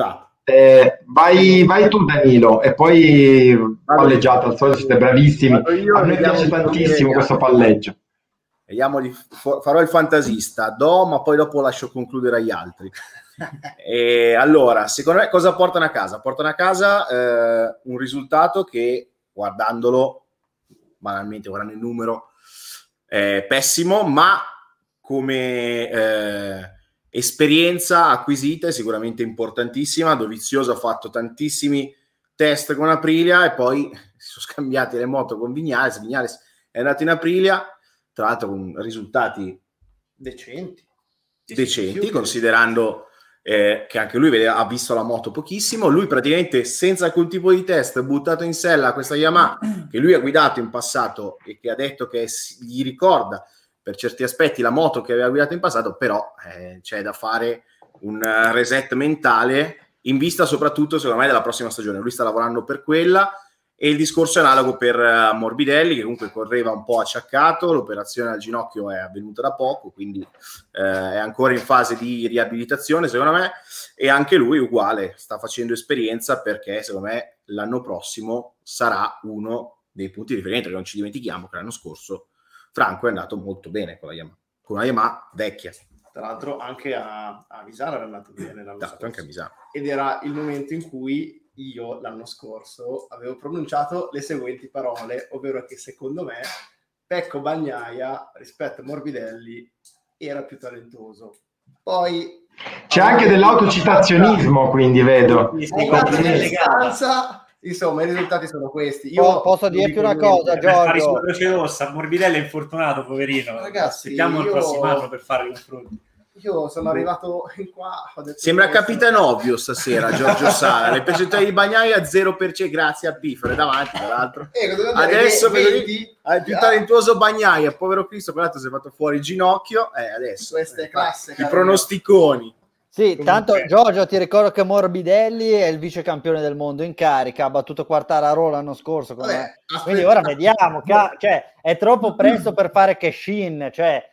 Vai tu Danilo e poi palleggiate, al solito siete bravissimi. A me piace tantissimo questo palleggio. Vediamo farò il fantasista, ma poi dopo lascio concludere agli altri. Allora, secondo me cosa portano a casa? Portano a casa un risultato che, guardandolo banalmente, guardando il numero, è pessimo, ma come esperienza acquisita è sicuramente importantissima. Dovizioso ha fatto tantissimi test con Aprilia e poi si sono scambiate le moto con Vignales. Vignales è andato in Aprilia, tra l'altro con risultati decenti, considerando che anche lui ha visto la moto pochissimo. Lui praticamente senza alcun tipo di test, buttato in sella questa Yamaha che lui ha guidato in passato e che ha detto che gli ricorda per certi aspetti la moto che aveva guidato in passato, però c'è da fare un reset mentale in vista soprattutto secondo me della prossima stagione. Lui sta lavorando per quella, e il discorso è analogo per Morbidelli, che comunque correva un po' acciaccato, l'operazione al ginocchio è avvenuta da poco, quindi è ancora in fase di riabilitazione secondo me, e anche lui uguale, sta facendo esperienza, perché secondo me l'anno prossimo sarà uno dei punti di riferimento, che non ci dimentichiamo che l'anno scorso Franco è andato molto bene con una Yamaha vecchia. Tra l'altro anche a Visano era andato bene l'anno scorso. Anche a Visano. Ed era il momento in cui io l'anno scorso avevo pronunciato le seguenti parole, ovvero che secondo me Pecco Bagnaia rispetto a Morbidelli era più talentuoso. Poi c'è anche dell'autocitazionismo, quindi vedo. Insomma, i risultati sono questi. Io posso dirti una cosa, Giorgio. Morbidelli è infortunato, poverino. Ragazzi, aspettiamo il prossimo anno per fare i confronti. Io sono arrivato in qua. Sembra Capitan Ovvio stasera, Giorgio Sala. Le percentuali di Bagnaia 0%, grazie a Bifore davanti, tra l'altro. Adesso vedo più talentuoso Bagnaia, povero Cristo, quell'altro si è fatto fuori il ginocchio. Adesso queste classe, i pronosticoni. Sì, tanto Giorgio, ti ricordo che Morbidelli è il vice campione del mondo in carica, ha battuto Quartararo l'anno scorso, quindi ora vediamo, cioè è troppo presto per fare cash-in, cioè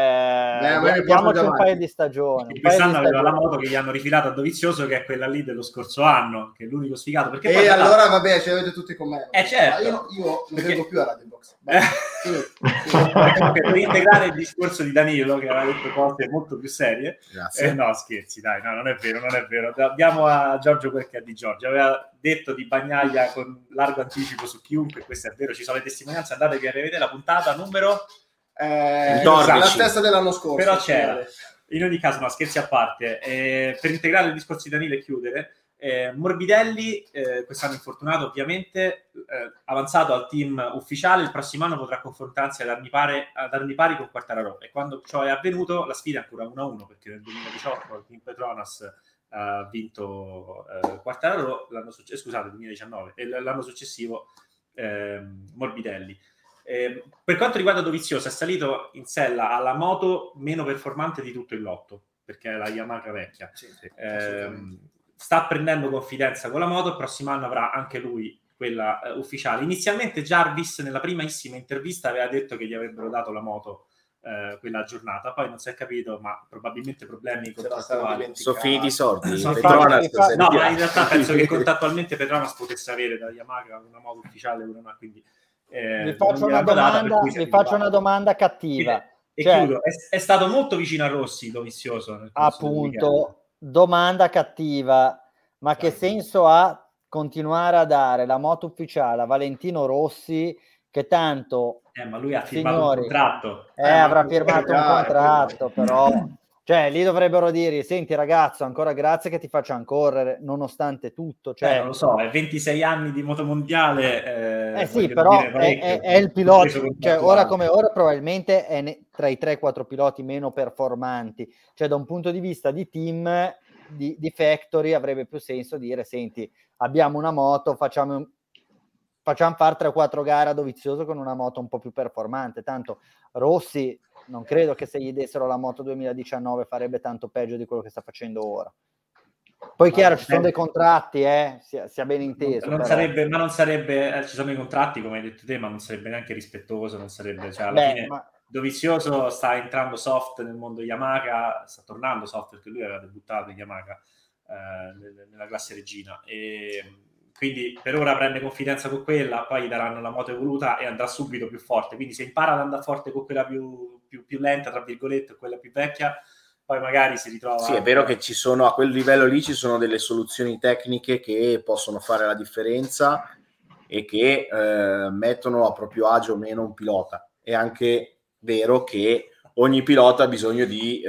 diamoci un paio di stagioni. Quest'anno aveva la moto che gli hanno rifilato a Dovizioso, che è quella lì dello scorso anno, che è l'unico sfigato. Perché poi allora vabbè, ce l'avete tutti con me. Certo. Io non vengo più a Radio Box. Per integrare il discorso di Danilo, che aveva detto cose molto più serie. No, scherzi, dai, no, non è vero. Diamo a Giorgio quel che è di Giorgio. Aveva detto di Bagnaia con largo anticipo su chiunque, questo è vero, ci sono le testimonianze, andatevi a rivedere la puntata numero la stessa dell'anno scorso, però c'era. In ogni caso, no, scherzi a parte, per integrare il discorso di Danilo e chiudere, Morbidelli quest'anno infortunato ovviamente, avanzato al team ufficiale, il prossimo anno potrà confrontarsi ad armi pari con Quartararo, e quando ciò è avvenuto la sfida è ancora 1-1, perché nel 2018 il team Petronas ha vinto Quartararo, 2019, e l'anno successivo Morbidelli. Per quanto riguarda Dovizioso, è salito in sella alla moto meno performante di tutto il lotto, perché è la Yamaha vecchia. Sta prendendo confidenza con la moto, il prossimo anno avrà anche lui quella ufficiale. Inizialmente Jarvis nella primissima intervista aveva detto che gli avrebbero dato la moto quella giornata, poi non si è capito, ma probabilmente problemi contrattuali. Sono finiti i soldi. No, ma in realtà penso che contrattualmente Petronas potesse avere da Yamaha una moto ufficiale, una, quindi vi faccio una domanda cattiva. Chiudo. È stato molto vicino a Rossi Dovizioso, appunto, domanda cattiva, ma che senso ha continuare a dare la moto ufficiale a Valentino Rossi, che tanto ma lui ha firmato un contratto, avrà firmato un contratto, però cioè lì dovrebbero dire: senti ragazzo, ancora grazie che ti facciamo correre nonostante tutto, cioè non lo so, è 26 anni di motomondiale, sì, però è il pilota, cioè ora come ora probabilmente è tra i 3-4 piloti meno performanti, cioè da un punto di vista di team, di factory, avrebbe più senso dire: senti, abbiamo una moto, facciamo fare 3 o 4 gare a Dovizioso con una moto un po' più performante, tanto Rossi non credo che se gli dessero la moto 2019 farebbe tanto peggio di quello che sta facendo ora. Poi chiaro, ci sono dei contratti, sia ben inteso. Non sarebbe, ci sono i contratti, come hai detto te, ma non sarebbe neanche rispettoso, non sarebbe, cioè alla fine Dovizioso sta entrando soft nel mondo Yamaha, sta tornando soft perché lui aveva debuttato in Yamaha nella classe regina, e quindi per ora prende confidenza con quella, poi gli daranno la moto evoluta e andrà subito più forte, quindi se impara ad andare forte con quella più lenta, tra virgolette, quella più vecchia, poi magari si ritrova... Sì, è vero che ci sono, a quel livello lì ci sono delle soluzioni tecniche che possono fare la differenza e che mettono a proprio agio o meno un pilota. È anche vero che ogni pilota ha bisogno di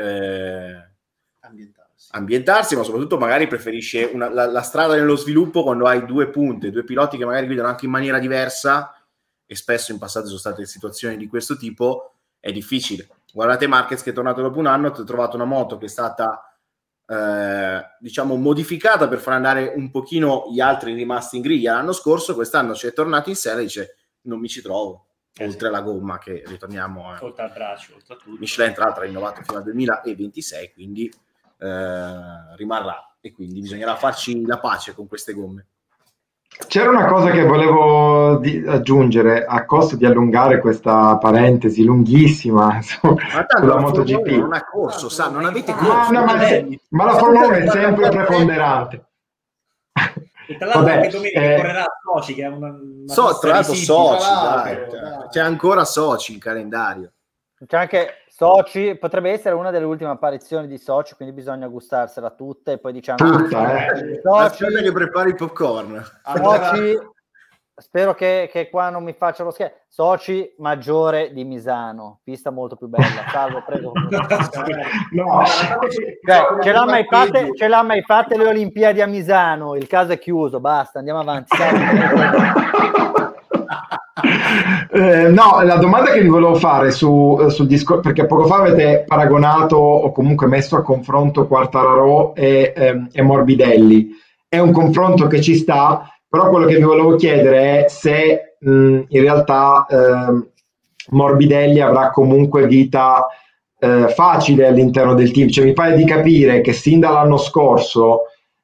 ambientarsi, ma soprattutto magari preferisce la strada nello sviluppo quando hai due piloti che magari guidano anche in maniera diversa, e spesso in passato sono state situazioni di questo tipo, è difficile. Guardate Marquez che è tornato dopo un anno, ha trovato una moto che è stata diciamo modificata per far andare un pochino gli altri rimasti in griglia l'anno scorso. Quest'anno ci è tornato in serie e dice non mi ci trovo, oltre alla gomma, che ritorniamo oltre al braccio, oltre a tutto. Michelin tra l'altro ha rinnovato fino al 2026, quindi rimarrà, e quindi bisognerà farci la pace con queste gomme. C'era una cosa che volevo aggiungere, a costo di allungare questa parentesi lunghissima sulla MotoGP. Non ha corso, non avete corso. Ma la Formula 1 è sempre preponderante. E tra l'altro anche domenica correrà Sochi, che è una tra l'altro Sochi, c'è ancora Sochi in calendario. C'è anche Sochi, potrebbe essere una delle ultime apparizioni di Sochi, quindi bisogna gustarsela tutta e poi diciamo Sochi, aspetta che prepari il popcorn. Sochi, spero che qua non mi faccia lo scherzo. Sochi maggiore di Misano, pista molto più bella. Salvo, prego. No. Ce l'ha mai fatte le Olimpiadi a Misano? Il caso è chiuso, basta, andiamo avanti. No, la domanda che vi volevo fare sul discorso, perché poco fa avete paragonato o comunque messo a confronto Quartararo e Morbidelli. È un confronto che ci sta, però quello che vi volevo chiedere è se in realtà Morbidelli avrà comunque vita facile all'interno del team. Cioè, mi pare di capire che sin dall'anno scorso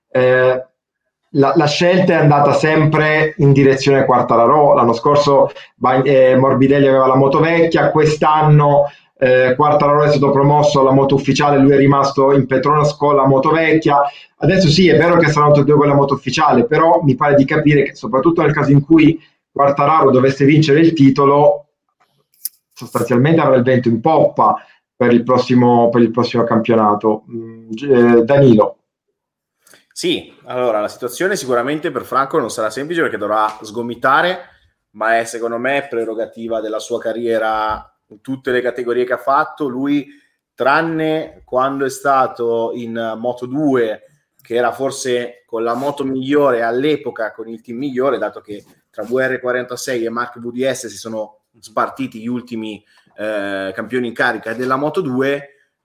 la scelta è andata sempre in direzione Quartararo. L'anno scorso Morbidelli aveva la moto vecchia, quest'anno Quartararo è stato promosso alla moto ufficiale, lui è rimasto in Petronas con la moto vecchia. Adesso sì, è vero che saranno tutti e due con la moto ufficiale, però mi pare di capire che soprattutto nel caso in cui Quartararo dovesse vincere il titolo, sostanzialmente avrà il vento in poppa per il prossimo campionato. Danilo. Sì, allora la situazione sicuramente per Franco non sarà semplice, perché dovrà sgomitare, ma è secondo me prerogativa della sua carriera in tutte le categorie che ha fatto. Lui, tranne quando è stato in Moto2, che era forse con la moto migliore all'epoca, con il team migliore, dato che tra VR46 e Mark VDS si sono spartiti gli ultimi campioni in carica della Moto2,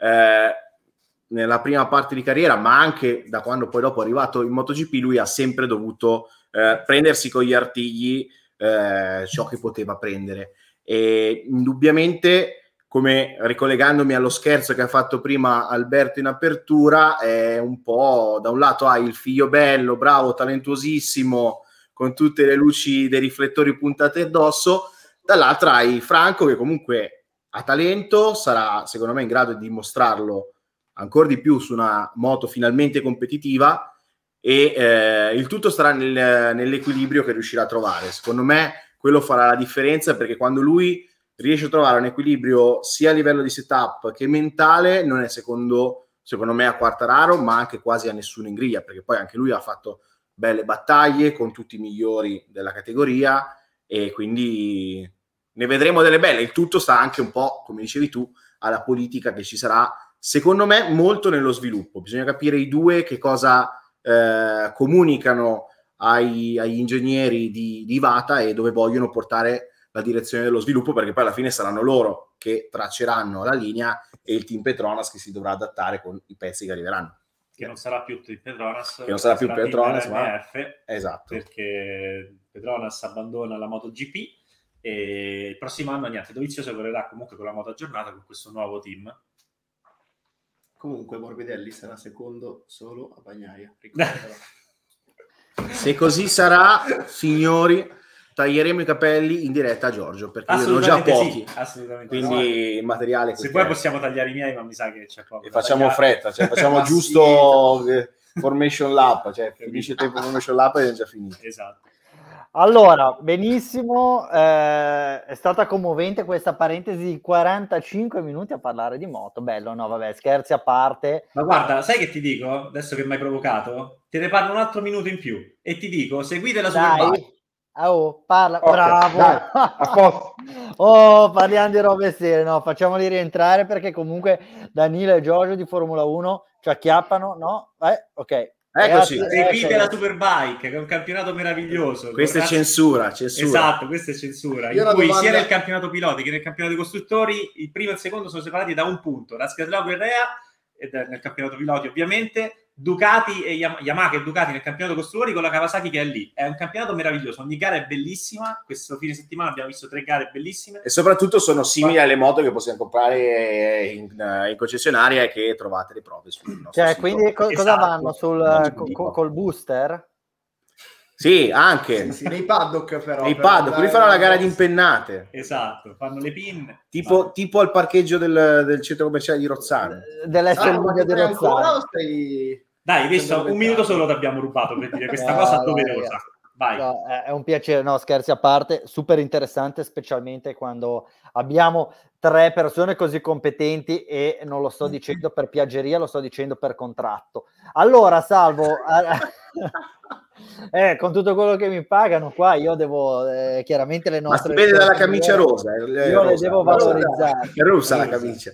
nella prima parte di carriera, ma anche da quando poi dopo è arrivato in MotoGP, lui ha sempre dovuto prendersi con gli artigli ciò che poteva prendere. E indubbiamente, come ricollegandomi allo scherzo che ha fatto prima Alberto in apertura, è un po', da un lato hai il figlio bello, bravo, talentuosissimo, con tutte le luci dei riflettori puntate addosso, dall'altra hai Franco che comunque ha talento, sarà secondo me in grado di dimostrarlo ancora di più su una moto finalmente competitiva, e il tutto starà nell'equilibrio che riuscirà a trovare. Secondo me quello farà la differenza, perché quando lui riesce a trovare un equilibrio sia a livello di setup che mentale, non è secondo me a Quartararo, ma anche quasi a nessuno in griglia, perché poi anche lui ha fatto belle battaglie con tutti i migliori della categoria, e quindi ne vedremo delle belle. Il tutto sta anche un po', come dicevi tu, alla politica che ci sarà, secondo me, molto nello sviluppo. Bisogna capire i due che cosa comunicano agli ingegneri di Iwata e dove vogliono portare la direzione dello sviluppo, perché poi alla fine saranno loro che tracceranno la linea e il team Petronas che si dovrà adattare con i pezzi che arriveranno. Che non sarà più il Petronas, che non sarà più Petronas, ma esatto, perché Petronas abbandona la MotoGP e il prossimo anno niente, Dovizioso correrà comunque con la moto aggiornata con questo nuovo team. Comunque Morbidelli sarà secondo solo a Bagnaia. Se così sarà, signori, taglieremo i capelli in diretta a Giorgio, perché io ne ho già pochi, assolutamente quindi il materiale se poi possiamo tagliare i miei, ma mi sa che c'è poco e facciamo fretta, cioè facciamo giusto Formation Lap, cioè finisce il tempo Formation Lap ed è già finito. Esatto. Allora, benissimo, è stata commovente questa parentesi di 45 minuti a parlare di moto, bello, no vabbè, scherzi a parte. Ma guarda, sai che ti dico, adesso che mi hai provocato? Te ne parlo un altro minuto in più e ti dico, seguite la Superbike. Oh, parla, Okay, bravo. dai, a posto. Oh, parliamo di robe serie, no, facciamoli rientrare perché comunque Danilo e Giorgio di Formula 1 ci acchiappano, no? Ok. Eccoci. Seguite la Superbike, che è un campionato meraviglioso. Questa è censura. Esatto, questa è censura. In cui sia nel campionato piloti che nel campionato dei costruttori, il primo e il secondo sono separati da un punto. La Scatlao Guerrea, nel campionato piloti ovviamente, Ducati e Yamaha e Ducati nel campionato costruttori con la Kawasaki che è lì. È un campionato meraviglioso, ogni gara è bellissima. Questo fine settimana abbiamo visto 3 gare bellissime. E soprattutto sono simili alle moto che possiamo comprare in concessionaria e che trovate le prove sul nostro sito. Quindi cosa vanno col booster? Sì, anche. Sì, nei paddock però. Nei paddock, quelli fanno la gara di impennate. Esatto, fanno le pin. Tipo al parcheggio del centro commerciale di Rozzano. Dell'S di Rozzano. Dai, visto, un minuto solo ti abbiamo rubato per dire questa cosa doverosa. Vai. No, è un piacere, no, scherzi a parte, super interessante, specialmente quando abbiamo 3 persone così competenti e non lo sto dicendo per piaggeria, lo sto dicendo per contratto. Allora, Salvo, con tutto quello che mi pagano qua, io devo chiaramente le nostre... Ma si vede dalla camicia rosa. Io le devo valorizzare. È rossa la camicia.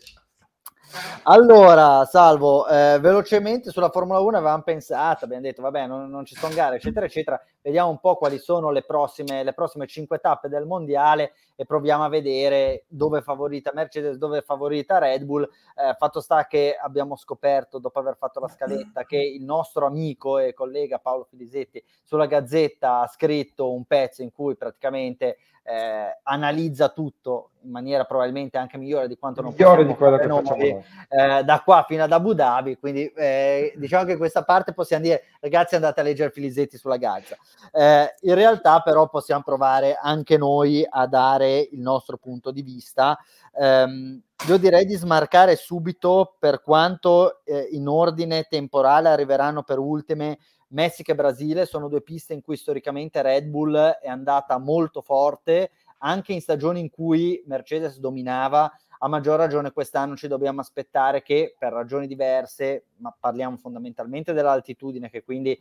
Allora, Salvo, velocemente sulla Formula 1 avevamo pensato, abbiamo detto vabbè non ci sono gare eccetera eccetera, vediamo un po' quali sono le prossime 5 tappe del mondiale e proviamo a vedere dove è favorita Mercedes, dove è favorita Red Bull. Fatto sta che abbiamo scoperto dopo aver fatto la scaletta che il nostro amico e collega Paolo Filisetti sulla Gazzetta ha scritto un pezzo in cui praticamente analizza tutto in maniera probabilmente anche migliore di quanto non migliore di quello che facciamo noi. Da qua fino ad Abu Dhabi, quindi diciamo che questa parte possiamo dire ragazzi andate a leggere Filisetti sulla Gazza. In realtà però possiamo provare anche noi a dare il nostro punto di vista. Io direi di smarcare subito per quanto in ordine temporale arriveranno per ultime Messico e Brasile. Sono 2 piste in cui storicamente Red Bull è andata molto forte, anche in stagioni in cui Mercedes dominava. A maggior ragione quest'anno ci dobbiamo aspettare che per ragioni diverse, ma parliamo fondamentalmente dell'altitudine che quindi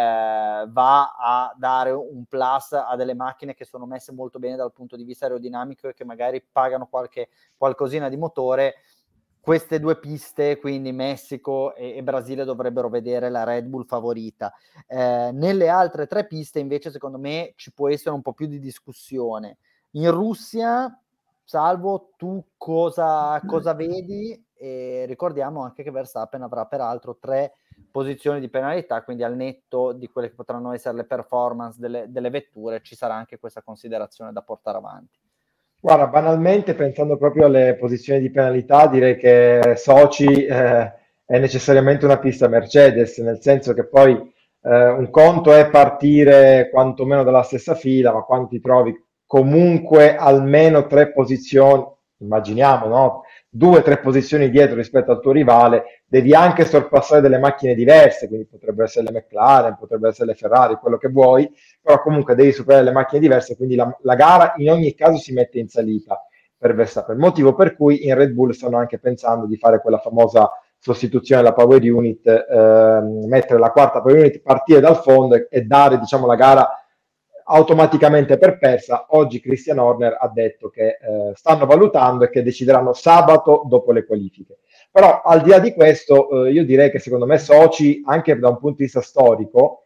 va a dare un plus a delle macchine che sono messe molto bene dal punto di vista aerodinamico e che magari pagano qualcosina di motore. Queste 2 piste, quindi Messico e Brasile, dovrebbero vedere la Red Bull favorita. Nelle altre 3 piste invece secondo me ci può essere un po' più di discussione. In Russia, Salvo, tu cosa vedi? E ricordiamo anche che Verstappen avrà peraltro 3 posizioni di penalità, quindi al netto di quelle che potranno essere le performance delle vetture ci sarà anche questa considerazione da portare avanti. Guarda, banalmente, pensando proprio alle posizioni di penalità, direi che Sochi è necessariamente una pista Mercedes, nel senso che poi un conto è partire quantomeno dalla stessa fila, ma quando ti trovi comunque almeno 3 posizioni, immaginiamo, no? 2-3 posizioni dietro rispetto al tuo rivale, devi anche sorpassare delle macchine diverse, quindi potrebbero essere le McLaren, potrebbero essere le Ferrari, quello che vuoi, però comunque devi superare le macchine diverse, quindi la gara in ogni caso si mette in salita per Verstappen, motivo per cui in Red Bull stanno anche pensando di fare quella famosa sostituzione della power unit, mettere la quarta power unit, partire dal fondo e dare, diciamo, la gara automaticamente per persa. Oggi Christian Horner ha detto che stanno valutando e che decideranno sabato dopo le qualifiche. Però al di là di questo io direi che secondo me Sochi, anche da un punto di vista storico,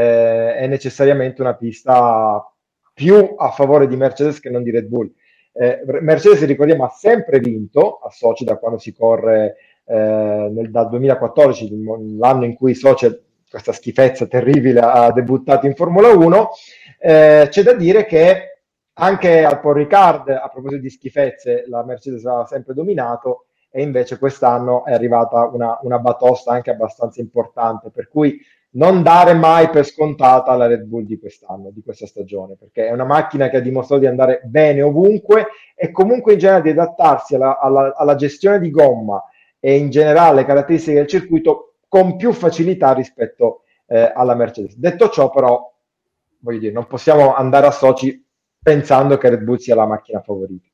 è necessariamente una pista più a favore di Mercedes che non di Red Bull. Mercedes, ricordiamo, ha sempre vinto a Sochi da quando si corre dal 2014, l'anno in cui Sochi, questa schifezza terribile, ha debuttato in Formula 1. C'è da dire che anche al Paul Ricard, a proposito di schifezze, la Mercedes ha sempre dominato e invece quest'anno è arrivata una batosta anche abbastanza importante, per cui non dare mai per scontata la Red Bull di quest'anno, di questa stagione, perché è una macchina che ha dimostrato di andare bene ovunque e comunque in generale di adattarsi alla gestione di gomma e in generale alle caratteristiche del circuito con più facilità rispetto alla Mercedes. Detto ciò, però, voglio dire, non possiamo andare a Sochi pensando che Red Bull sia la macchina favorita.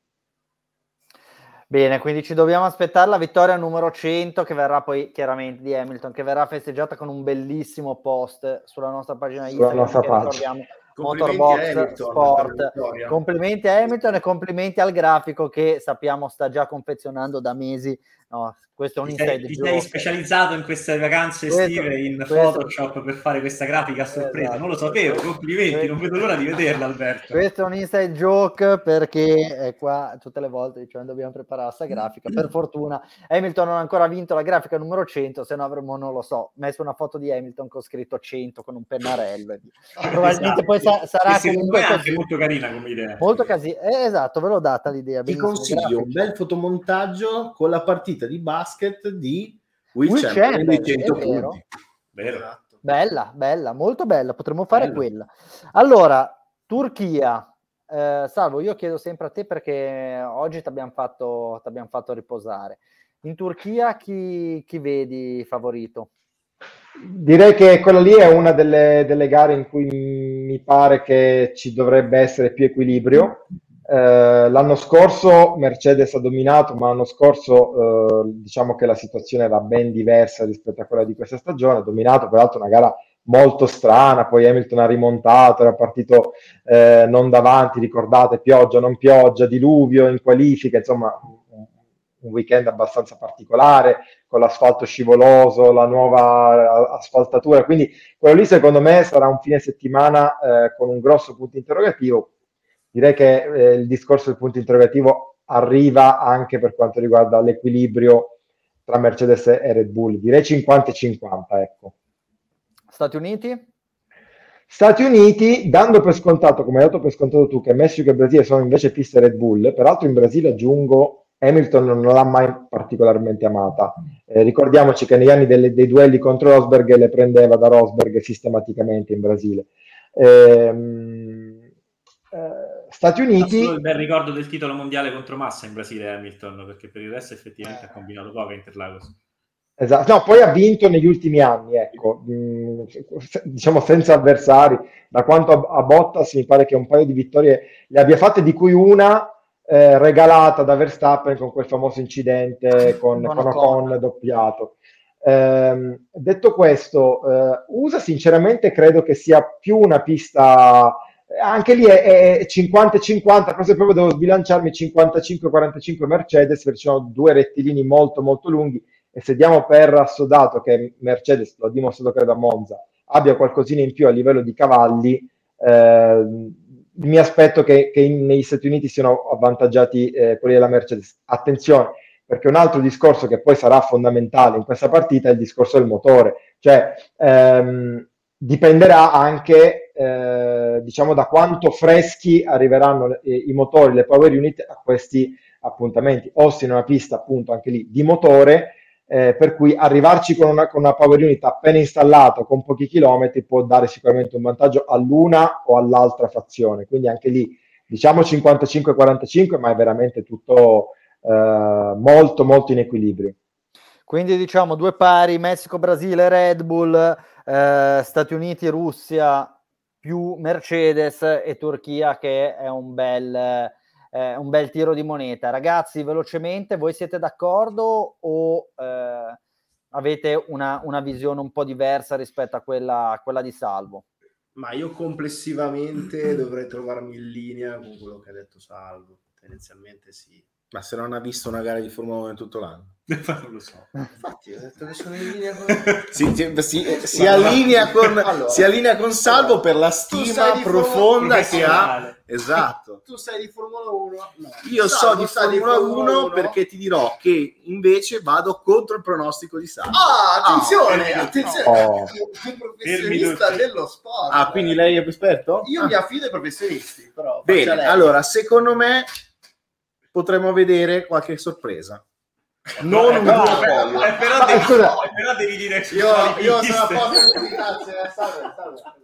Bene, quindi ci dobbiamo aspettare la vittoria numero 100, che verrà poi chiaramente di Hamilton, che verrà festeggiata con un bellissimo post sulla nostra pagina Instagram, che ricordiamo, Motorbox Sport. Complimenti a Hamilton e complimenti al grafico che sappiamo sta già confezionando da mesi. No, questo è un inside joke. Ti sei specializzato in queste vacanze estive in Photoshop per fare questa grafica a sorpresa. Esatto. Non lo sapevo, complimenti, non vedo l'ora di vederla, Alberto. Questo è un inside joke perché qua tutte le volte diciamo dobbiamo preparare questa grafica. Per fortuna Hamilton non ha ancora vinto la grafica numero 100, se no avremmo, non lo so, messo una foto di Hamilton con scritto 100 con un pennarello. Probabilmente esatto. poi sarà comunque anche molto carina come idea. Molto esatto, ve l'ho data l'idea. Ti consiglio un bel fotomontaggio con la partita di basket di Will Chamberlain, 100 punti. Vero. Bella, molto bella, potremmo fare quella. Allora, Turchia, Salvo, io chiedo sempre a te perché oggi ti abbiamo fatto riposare. In Turchia chi vedi favorito? Direi che quella lì è una delle gare in cui mi pare che ci dovrebbe essere più equilibrio. L'anno scorso Mercedes ha dominato, ma l'anno scorso diciamo che la situazione era ben diversa rispetto a quella di questa stagione. Ha dominato, peraltro, una gara molto strana, poi Hamilton ha rimontato, era partito non davanti, ricordate, pioggia, non pioggia, diluvio in qualifica, insomma un weekend abbastanza particolare, con l'asfalto scivoloso, la nuova asfaltatura, quindi quello lì secondo me sarà un fine settimana con un grosso punto interrogativo. Direi che il discorso del punto interrogativo arriva anche per quanto riguarda l'equilibrio tra Mercedes e Red Bull, direi 50-50, ecco. Stati Uniti? Stati Uniti, dando per scontato, come hai dato per scontato tu, che Messico e Brasile sono invece piste Red Bull, peraltro in Brasile aggiungo Hamilton non l'ha mai particolarmente amata. Ricordiamoci che negli anni dei duelli contro Rosberg le prendeva da Rosberg sistematicamente in Brasile. Stati Uniti... Solo il bel ricordo del titolo mondiale contro Massa in Brasile Hamilton, perché per il resto effettivamente ha combinato poco a Interlagos. Esatto, no, poi ha vinto negli ultimi anni, ecco, diciamo senza avversari. Da quanto a Bottas mi pare che un paio di vittorie le abbia fatte, di cui una regalata da Verstappen con quel famoso incidente con Ocon doppiato. Detto questo, USA sinceramente credo che sia più una pista, anche lì è 50-50, forse proprio devo sbilanciarmi 55-45 Mercedes, perché ci sono due rettilini molto molto lunghi, e se diamo per assodato che Mercedes, lo ha dimostrato credo a Monza, abbia qualcosina in più a livello di cavalli, mi aspetto che negli Stati Uniti siano avvantaggiati quelli della Mercedes. Attenzione, perché un altro discorso che poi sarà fondamentale in questa partita è il discorso del motore, cioè dipenderà anche diciamo da quanto freschi arriveranno i motori, le power unit a questi appuntamenti. Austin è una pista appunto anche lì di motore, per cui arrivarci con una power unit appena installato con pochi chilometri può dare sicuramente un vantaggio all'una o all'altra fazione, quindi anche lì diciamo 55-45, ma è veramente tutto molto molto in equilibrio. Quindi diciamo due pari, Messico, Brasile, Red Bull, Stati Uniti, Russia più Mercedes e Turchia che è un bel tiro di moneta. Ragazzi, velocemente, voi siete d'accordo o avete una visione un po' diversa rispetto a quella di Salvo? Ma io complessivamente dovrei trovarmi in linea con quello che ha detto Salvo. Tendenzialmente sì. Ma se non ha visto una gara di Formula 1 in tutto l'anno? Non lo so. Infatti ho detto che sono in linea con... si allinea con Salvo per la stima profonda che ha. Esatto. Tu sei di Formula 1? No. Io so di Formula 1 perché ti dirò che invece vado contro il pronostico di Salvo. Attenzione! Il professionista dello sport. Quindi lei è più esperto? Io mi affido ai professionisti, però. Bene, allora, secondo me potremmo vedere qualche sorpresa. Non un duopolio. Però devi dire io sono a posto, grazie. Salve.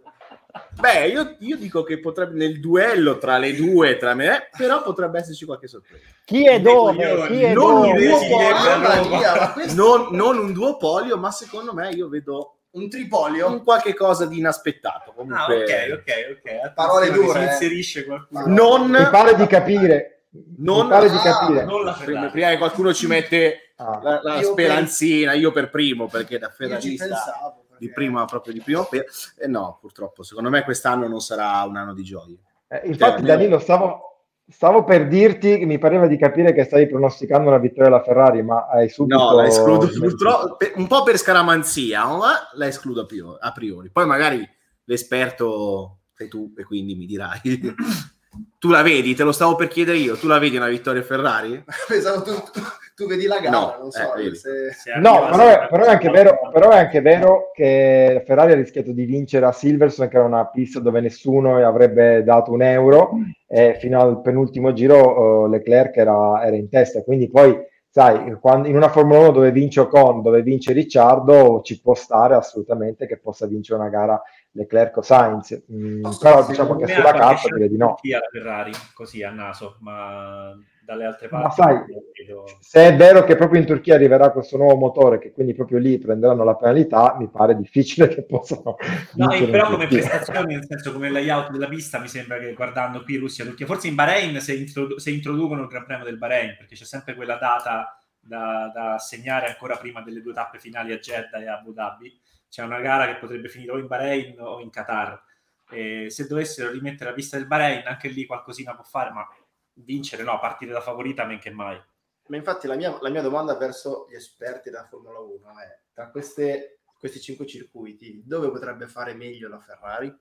Beh, io dico che potrebbe nel duello tra le due, tra me, però potrebbe esserci qualche sorpresa. Chi è dove? Chi è non dove? Non un duopolio, ma secondo me io vedo un tripolio, un qualche cosa di inaspettato. Comunque, ok. Parole dure. Si inserisce qualcuno. Mi pare di capire. Prima che qualcuno ci mette la speranzina, io per primo, perché da ferrarista di prima no, purtroppo secondo me quest'anno non sarà un anno di gioia. Infatti, Danilo, stavo per dirti che mi pareva di capire che stavi pronosticando una vittoria della Ferrari, ma hai subito... No, la escludo purtroppo, un po' per scaramanzia, ma la escludo a priori. Poi magari l'esperto sei tu e quindi mi dirai. Tu la vedi? Te lo stavo per chiedere io. Tu la vedi una vittoria Ferrari? Pensavo tu vedi la gara, no, non so. Però è anche vero che la Ferrari ha rischiato di vincere a Silverstone, che era una pista dove nessuno avrebbe dato €1, e fino al penultimo giro Leclerc era in testa. Quindi poi, sai, quando, in una Formula 1 dove vince Ocon, dove vince Ricciardo, ci può stare assolutamente che possa vincere una gara Leclerc o Sainz, però diciamo che sulla carta direi di no. La Ferrari così a naso, ma dalle altre parti. Ma sai, se è vero che proprio in Turchia arriverà questo nuovo motore, che quindi proprio lì prenderanno la penalità, mi pare difficile che possano. No, però come prestazione, nel senso come layout della pista, mi sembra che guardando qui Russia, Turchia, forse in Bahrain se introducono il Gran Premio del Bahrain, perché c'è sempre quella data da segnare ancora prima delle due tappe finali a Jeddah e a Abu Dhabi. C'è una gara che potrebbe finire o in Bahrain o in Qatar. E se dovessero rimettere la pista del Bahrain, anche lì qualcosina può fare, ma vincere no, partire da favorita men che mai. Ma infatti la mia domanda verso gli esperti della Formula 1 è: tra questi 5 circuiti, dove potrebbe fare meglio la Ferrari?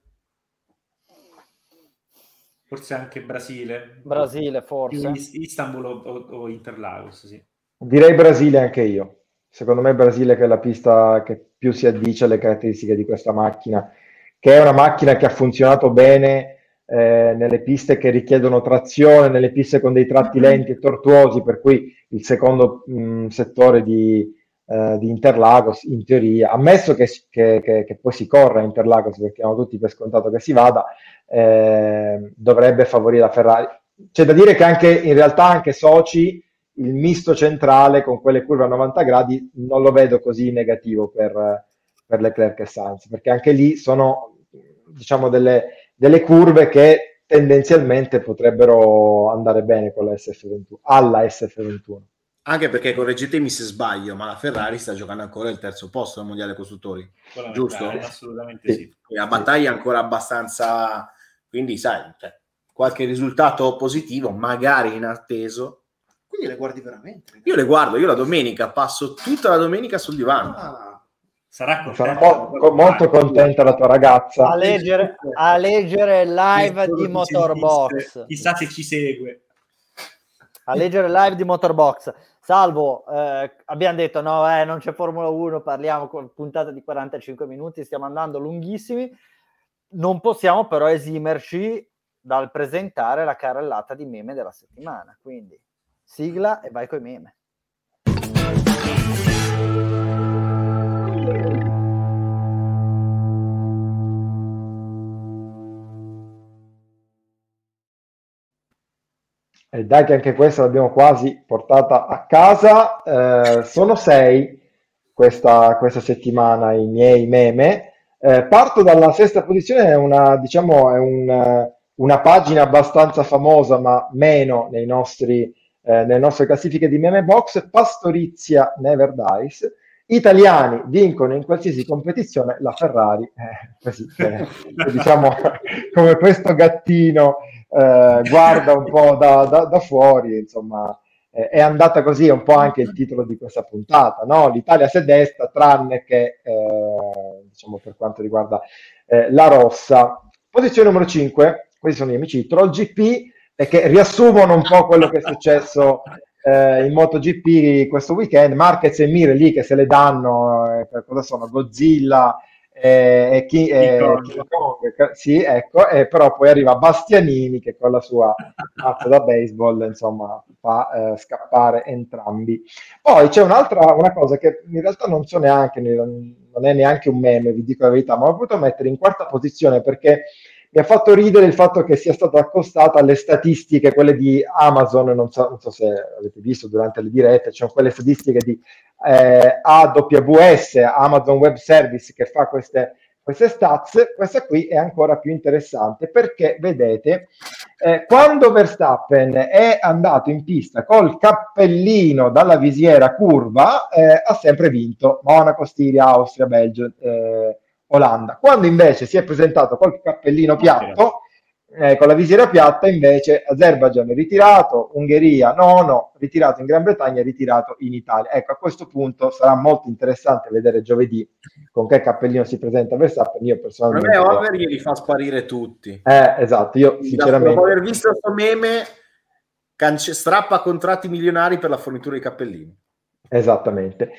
Forse anche Brasile, forse Istanbul o Interlagos, sì. Direi Brasile anche io. Secondo me Brasile che è la pista che più si addice alle caratteristiche di questa macchina, che è una macchina che ha funzionato bene nelle piste che richiedono trazione, nelle piste con dei tratti lenti e tortuosi, per cui il secondo settore di Interlagos, in teoria, ammesso che poi si corra a Interlagos, perché hanno tutti per scontato che si vada, dovrebbe favorire la Ferrari. C'è da dire che anche in realtà anche Sochi, il misto centrale con quelle curve a 90 gradi, non lo vedo così negativo per Leclerc e Sainz, perché anche lì sono, diciamo, delle curve che tendenzialmente potrebbero andare bene con la SF21, alla SF21. Anche perché, correggetemi se sbaglio, ma la Ferrari sta giocando ancora il terzo posto al Mondiale Costruttori, giusto? Assolutamente sì. La battaglia è ancora abbastanza, quindi sai, qualche risultato positivo, magari inatteso. Quindi le guardi veramente? Io le guardo, io la domenica passo tutta la domenica sul divano. Sarà molto contenta la tua ragazza a leggere live di Motorbox. Chissà se ci segue. A leggere live di Motorbox. Salvo, abbiamo detto no, non c'è Formula 1, parliamo con puntata di 45 minuti, stiamo andando lunghissimi. Non possiamo però esimerci dal presentare la carrellata di meme della settimana, quindi sigla e vai coi meme. E dai che anche questa l'abbiamo quasi portata a casa. Sono 6 questa settimana i miei meme. Parto dalla sesta posizione, è una pagina abbastanza famosa ma meno nelle nostre classifiche di meme box. Pastorizia Never Dies. Italiani vincono in qualsiasi competizione, la Ferrari, così, diciamo come questo gattino guarda un po' da fuori, insomma, è andata così, è un po' anche il titolo di questa puntata, no? L'Italia si è destra, tranne che, diciamo, per quanto riguarda la rossa. Posizione numero 5, questi sono gli amici di TrollGP, che riassumono un po' quello che è successo in MotoGP questo weekend. Marquez e Mir lì che se le danno, per cosa sono? Godzilla King Kong, sì, ecco, però poi arriva Bastianini che con la sua mazza da baseball, insomma, fa scappare entrambi. Poi c'è una cosa che in realtà non so neanche, non è neanche un meme, vi dico la verità, ma l'ho voluto mettere in quarta posizione perché mi ha fatto ridere il fatto che sia stata accostata alle statistiche, quelle di Amazon, non so se avete visto durante le dirette, c'è quelle statistiche di AWS, Amazon Web Service, che fa queste stats. Questa qui è ancora più interessante perché vedete, quando Verstappen è andato in pista col cappellino dalla visiera curva, ha sempre vinto Monaco, Stiria, Austria, Belgio, Olanda. Quando invece si è presentato col cappellino piatto, con la visiera piatta, invece Azerbaijan ritirato, Ungheria nono, ritirato in Gran Bretagna, ritirato in Italia. Ecco, a questo punto sarà molto interessante vedere giovedì con che cappellino si presenta Verstappen. Io personalmente... A me Over glieli fa sparire tutti. Esatto, io sinceramente... Dopo aver visto questo meme, strappa contratti milionari per la fornitura di cappellini. Esattamente.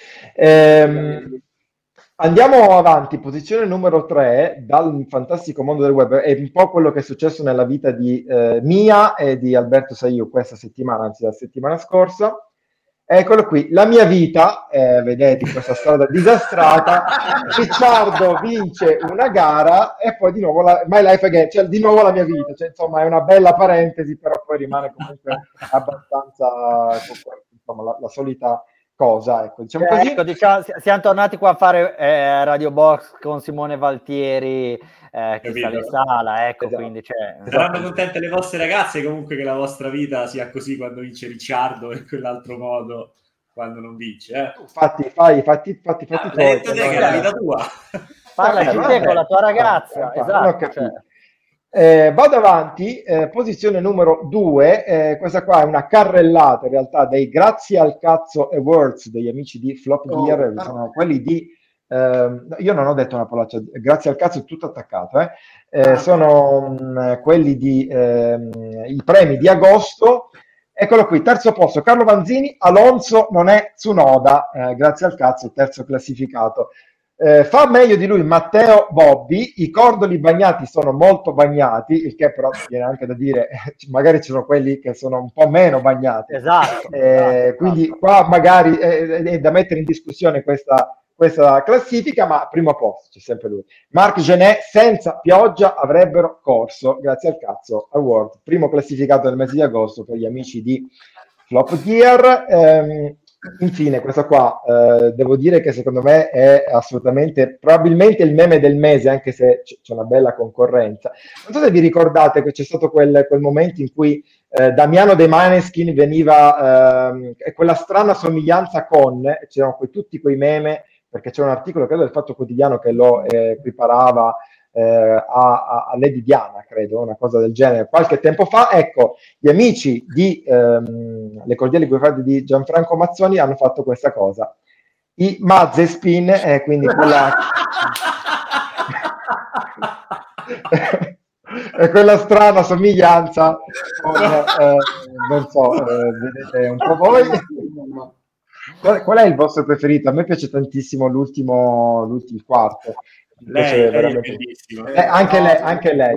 Andiamo avanti, posizione numero 3 dal fantastico mondo del web, è un po' quello che è successo nella vita di mia e di Alberto Saiu questa settimana, anzi la settimana scorsa. Eccolo qui, la mia vita, vedete questa strada disastrata, Ricciardo vince una gara e poi di nuovo My Life Again, cioè di nuovo la mia vita, cioè, insomma è una bella parentesi, però poi rimane comunque abbastanza, insomma, la solita cosa, ecco, diciamo così. Ecco, diciamo, siamo tornati qua a fare Radio Box con Simone Valtieri che sta in sala, ecco, esatto. Quindi saranno contente le vostre ragazze comunque che la vostra vita sia così quando vince Ricciardo e in quell'altro modo quando non vince, Fatti detto te che è la vita tua. Parla di te con la tua ragazza, esatto. Vado avanti, posizione numero 2, questa qua è una carrellata in realtà dei Grazie al Cazzo Awards degli amici di Flop Gear, sono quelli di, io non ho detto una parolaccia, Grazie al Cazzo è tutto attaccato, sono quelli di i premi di agosto. Eccolo qui, terzo posto Carlo Vanzini, Alonso non è Tsunoda, grazie al cazzo, terzo classificato. Fa meglio di lui Matteo Bobbi, i cordoli bagnati sono molto bagnati, il che però viene anche da dire, magari ci sono quelli che sono un po' meno bagnati. Esatto. Quindi qua magari è da mettere in discussione questa classifica, ma primo posto c'è sempre lui. Marc Genet, senza pioggia avrebbero corso, grazie al cazzo award, primo classificato del mese di agosto per gli amici di Flop Gear. Infine, questa qua, devo dire che secondo me è assolutamente, probabilmente il meme del mese, anche se c'è una bella concorrenza. Non so se vi ricordate che c'è stato quel momento in cui Damiano dei Maneskin veniva, quella strana somiglianza con, c'erano tutti quei meme, perché c'era un articolo, credo, del Fatto Quotidiano che lo equiparava a Lady Diana, credo, una cosa del genere, qualche tempo fa. Ecco, gli amici di Le cordiali guerriere di Gianfranco Mazzoni hanno fatto questa cosa. I Mazespin, quindi quella... quella strana somiglianza con, non so, vedete un po' voi. Qual è il vostro preferito? A me piace tantissimo l'ultimo quarto. Lei è bellissimo. Anche lei.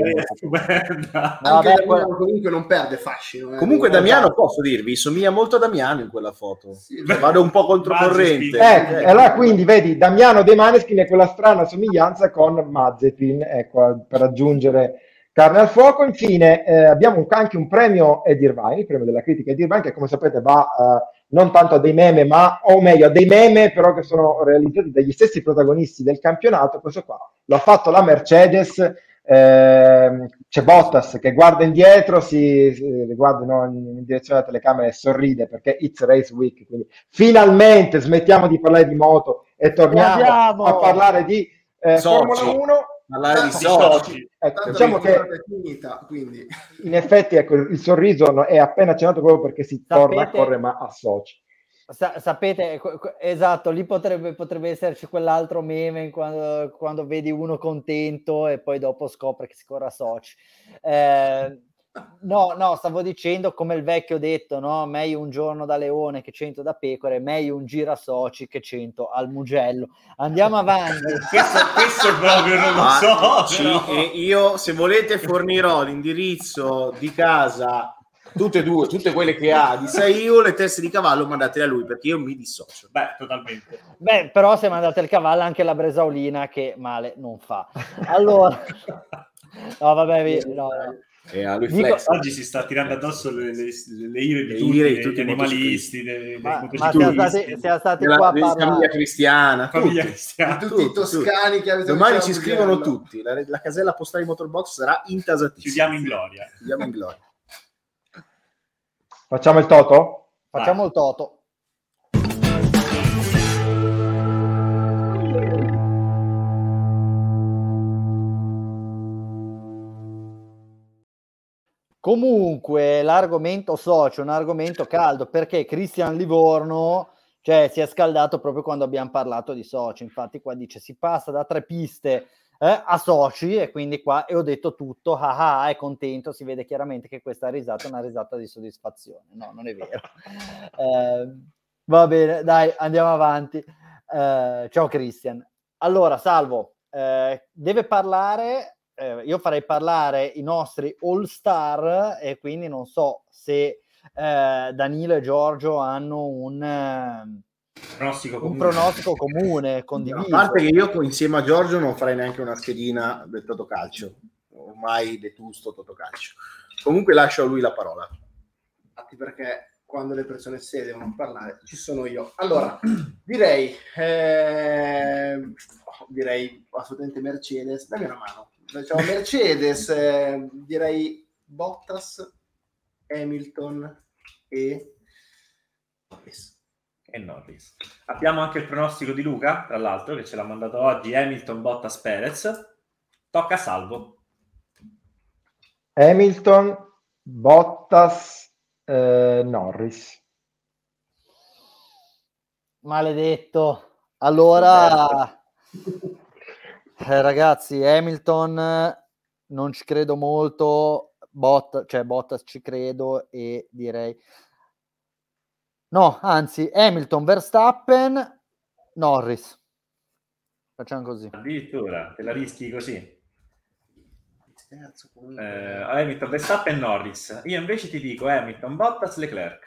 Comunque non perde fascino. Comunque Damiano, posso dirvi, somiglia molto a Damiano in quella foto. Sì, vado un po' controcorrente. Allora, quindi vedi, Damiano dei Maneskin è quella strana somiglianza con Mazepin, ecco, per aggiungere carne al fuoco. Infine abbiamo anche un premio Ed Irvine, il premio della critica Ed Irvine, che come sapete va non tanto a dei meme, o meglio a dei meme però che sono realizzati dagli stessi protagonisti del campionato. Questo qua l'ha fatto la Mercedes, c'è Bottas che guarda indietro, si guarda in direzione della telecamera e sorride perché it's race week, quindi finalmente smettiamo di parlare di moto e torniamo a parlare di Formula 1. Parlare di Sochi. Ecco, diciamo che finita, quindi. In effetti, ecco, il sorriso è appena accennato proprio perché si torna a correre, ma a Sochi. Sapete, esatto, lì potrebbe esserci quell'altro meme quando vedi uno contento e poi dopo scopre che si corre a Sochi. No, stavo dicendo come il vecchio detto, no? Meglio un giorno da leone che 100 da pecore, meglio un girasoci che 100 al Mugello. Andiamo avanti. questo proprio non lo so. Io, se volete, fornirò l'indirizzo di casa, tutte quelle che ha di Saio, le teste di cavallo mandatele a lui, perché io mi dissocio. Beh, totalmente. Beh, però se mandate il cavallo anche la Bresaolina, che male non fa. Allora, no, vabbè, no. Oggi si sta tirando addosso le ire di tutti gli animalisti, ma siamo stati qua a parlare. Famiglia cristiana, tutti i toscani che avete. Domani ci scrivono tutti, la casella postale Motorbox sarà intasatissima. Chiudiamo in gloria. Facciamo il toto? Facciamo il toto. Comunque l'argomento socio è un argomento caldo, perché Cristian Livorno si è scaldato proprio quando abbiamo parlato di soci. Infatti qua dice si passa da 3 piste a soci, e quindi qua ho detto tutto, è contento, si vede chiaramente che questa risata è una risata di soddisfazione. No, non è vero. Va bene, dai, andiamo avanti. Ciao Cristian. Allora, Salvo, deve parlare. Io farei parlare i nostri all star, e quindi non so se Danilo e Giorgio hanno un pronostico comune condiviso. No, a parte che io insieme a Giorgio non farei neanche una schedina del Totocalcio, ormai vetusto Totocalcio. Comunque lascio a lui la parola. Infatti, perché quando le persone si devono parlare ci sono io. Allora, direi assolutamente Mercedes, dammi una mano. Diciamo Mercedes, direi Bottas, Hamilton e Norris. Abbiamo anche il pronostico di Luca, tra l'altro, che ce l'ha mandato oggi: Hamilton, Bottas, Perez. Tocca a Salvo. Hamilton, Bottas, Norris. Maledetto. Allora... ragazzi, Hamilton non ci credo molto, Bottas ci credo, e direi no, anzi Hamilton, Verstappen, Norris. Facciamo così. Addirittura, te la rischi così? Hamilton, Verstappen, Norris. Io invece ti dico Hamilton, Bottas, Leclerc.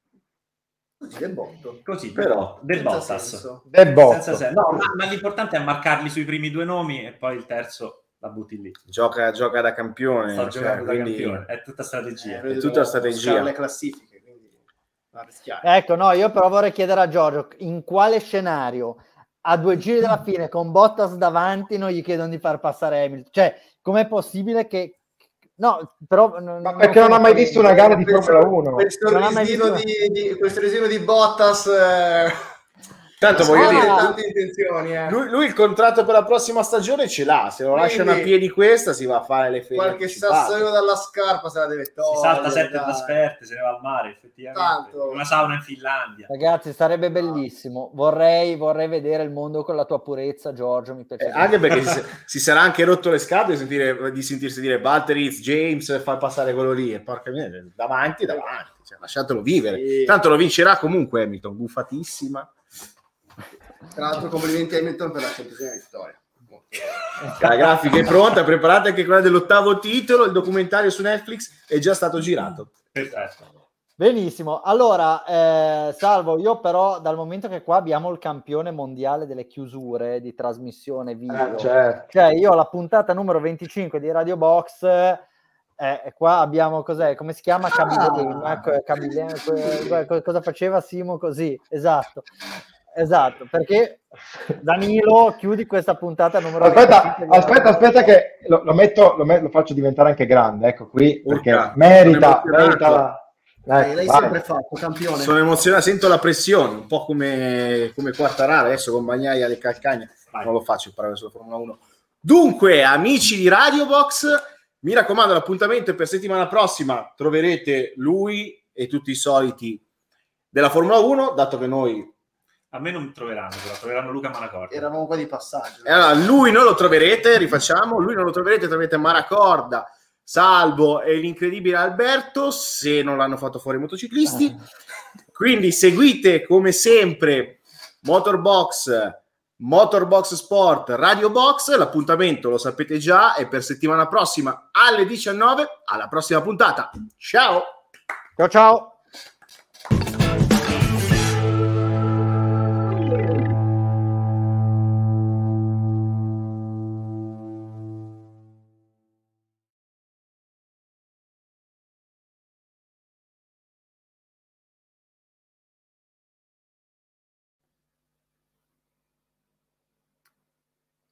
Così, però De Bottas. No, ma l'importante è marcarli sui primi 2 nomi, e poi il terzo la butti lì. Gioca da campione. Sta giocando da campione. È tutta strategia. È tutta strategia. Le classifiche, quindi ecco, no, io però vorrei chiedere a Giorgio, in quale scenario a 2 giri dalla fine con Bottas davanti non gli chiedono di far passare Hamilton? Cioè, com'è possibile che... No, però ma perché non ha mai visto una gara di Formula 1? Questo resino di Bottas, tanto voglio dire, tante intenzioni. Lui il contratto per la prossima stagione ce l'ha, se lo lasciano a piedi questa si va a fare le ferie. Qualche sassolino dalla scarpa se la deve togliere. Si salta 7 trasferte, se ne va al mare, effettivamente. Tanto. Una sauna in Finlandia. Ragazzi, sarebbe bellissimo. Vorrei vedere il mondo con la tua purezza, Giorgio. Mi piace. Anche perché si sarà anche rotto le scatole di sentirsi dire Valtteri, James, fa passare quello lì, e porca mia, davanti, cioè, lasciatelo vivere. Sì. Tanto lo vincerà comunque Hamilton, buffatissima. Tra l'altro, complimenti a Hamilton per la centesima vittoria. La grafica è pronta, preparate anche quella dell'8° titolo. Il documentario su Netflix è già stato girato. Perfetto. Benissimo. Allora, Salvo, io però, dal momento che qua abbiamo il campione mondiale delle chiusure di trasmissione video, certo. Cioè io ho la puntata numero 25 di Radio Box. Qua abbiamo come si chiama? Cosa faceva Simo così? Esatto, perché Danilo chiudi questa puntata numero aspetta che lo faccio diventare anche grande, ecco qui, perché merita l'hai sempre fatto, campione. Sono emozionato, sento la pressione, un po' come Quartararo adesso con Bagnaia alle calcagna. Non lo faccio imparare sulla Formula 1. Dunque, amici di Radio Box, mi raccomando, l'appuntamento è per settimana prossima. Troverete lui e tutti i soliti della Formula 1, dato che noi... A me non mi troveranno, però troveranno Luca Manacorda. Eravamo qua di passaggio. Allora, lui non lo troverete, rifacciamo, lui non lo troverete Manacorda, Salvo e l'incredibile Alberto, se non l'hanno fatto fuori i motociclisti. Quindi seguite come sempre Motorbox Sport, Radio Box. L'appuntamento lo sapete già, è per settimana prossima alle 19. Alla prossima puntata. Ciao. Ciao.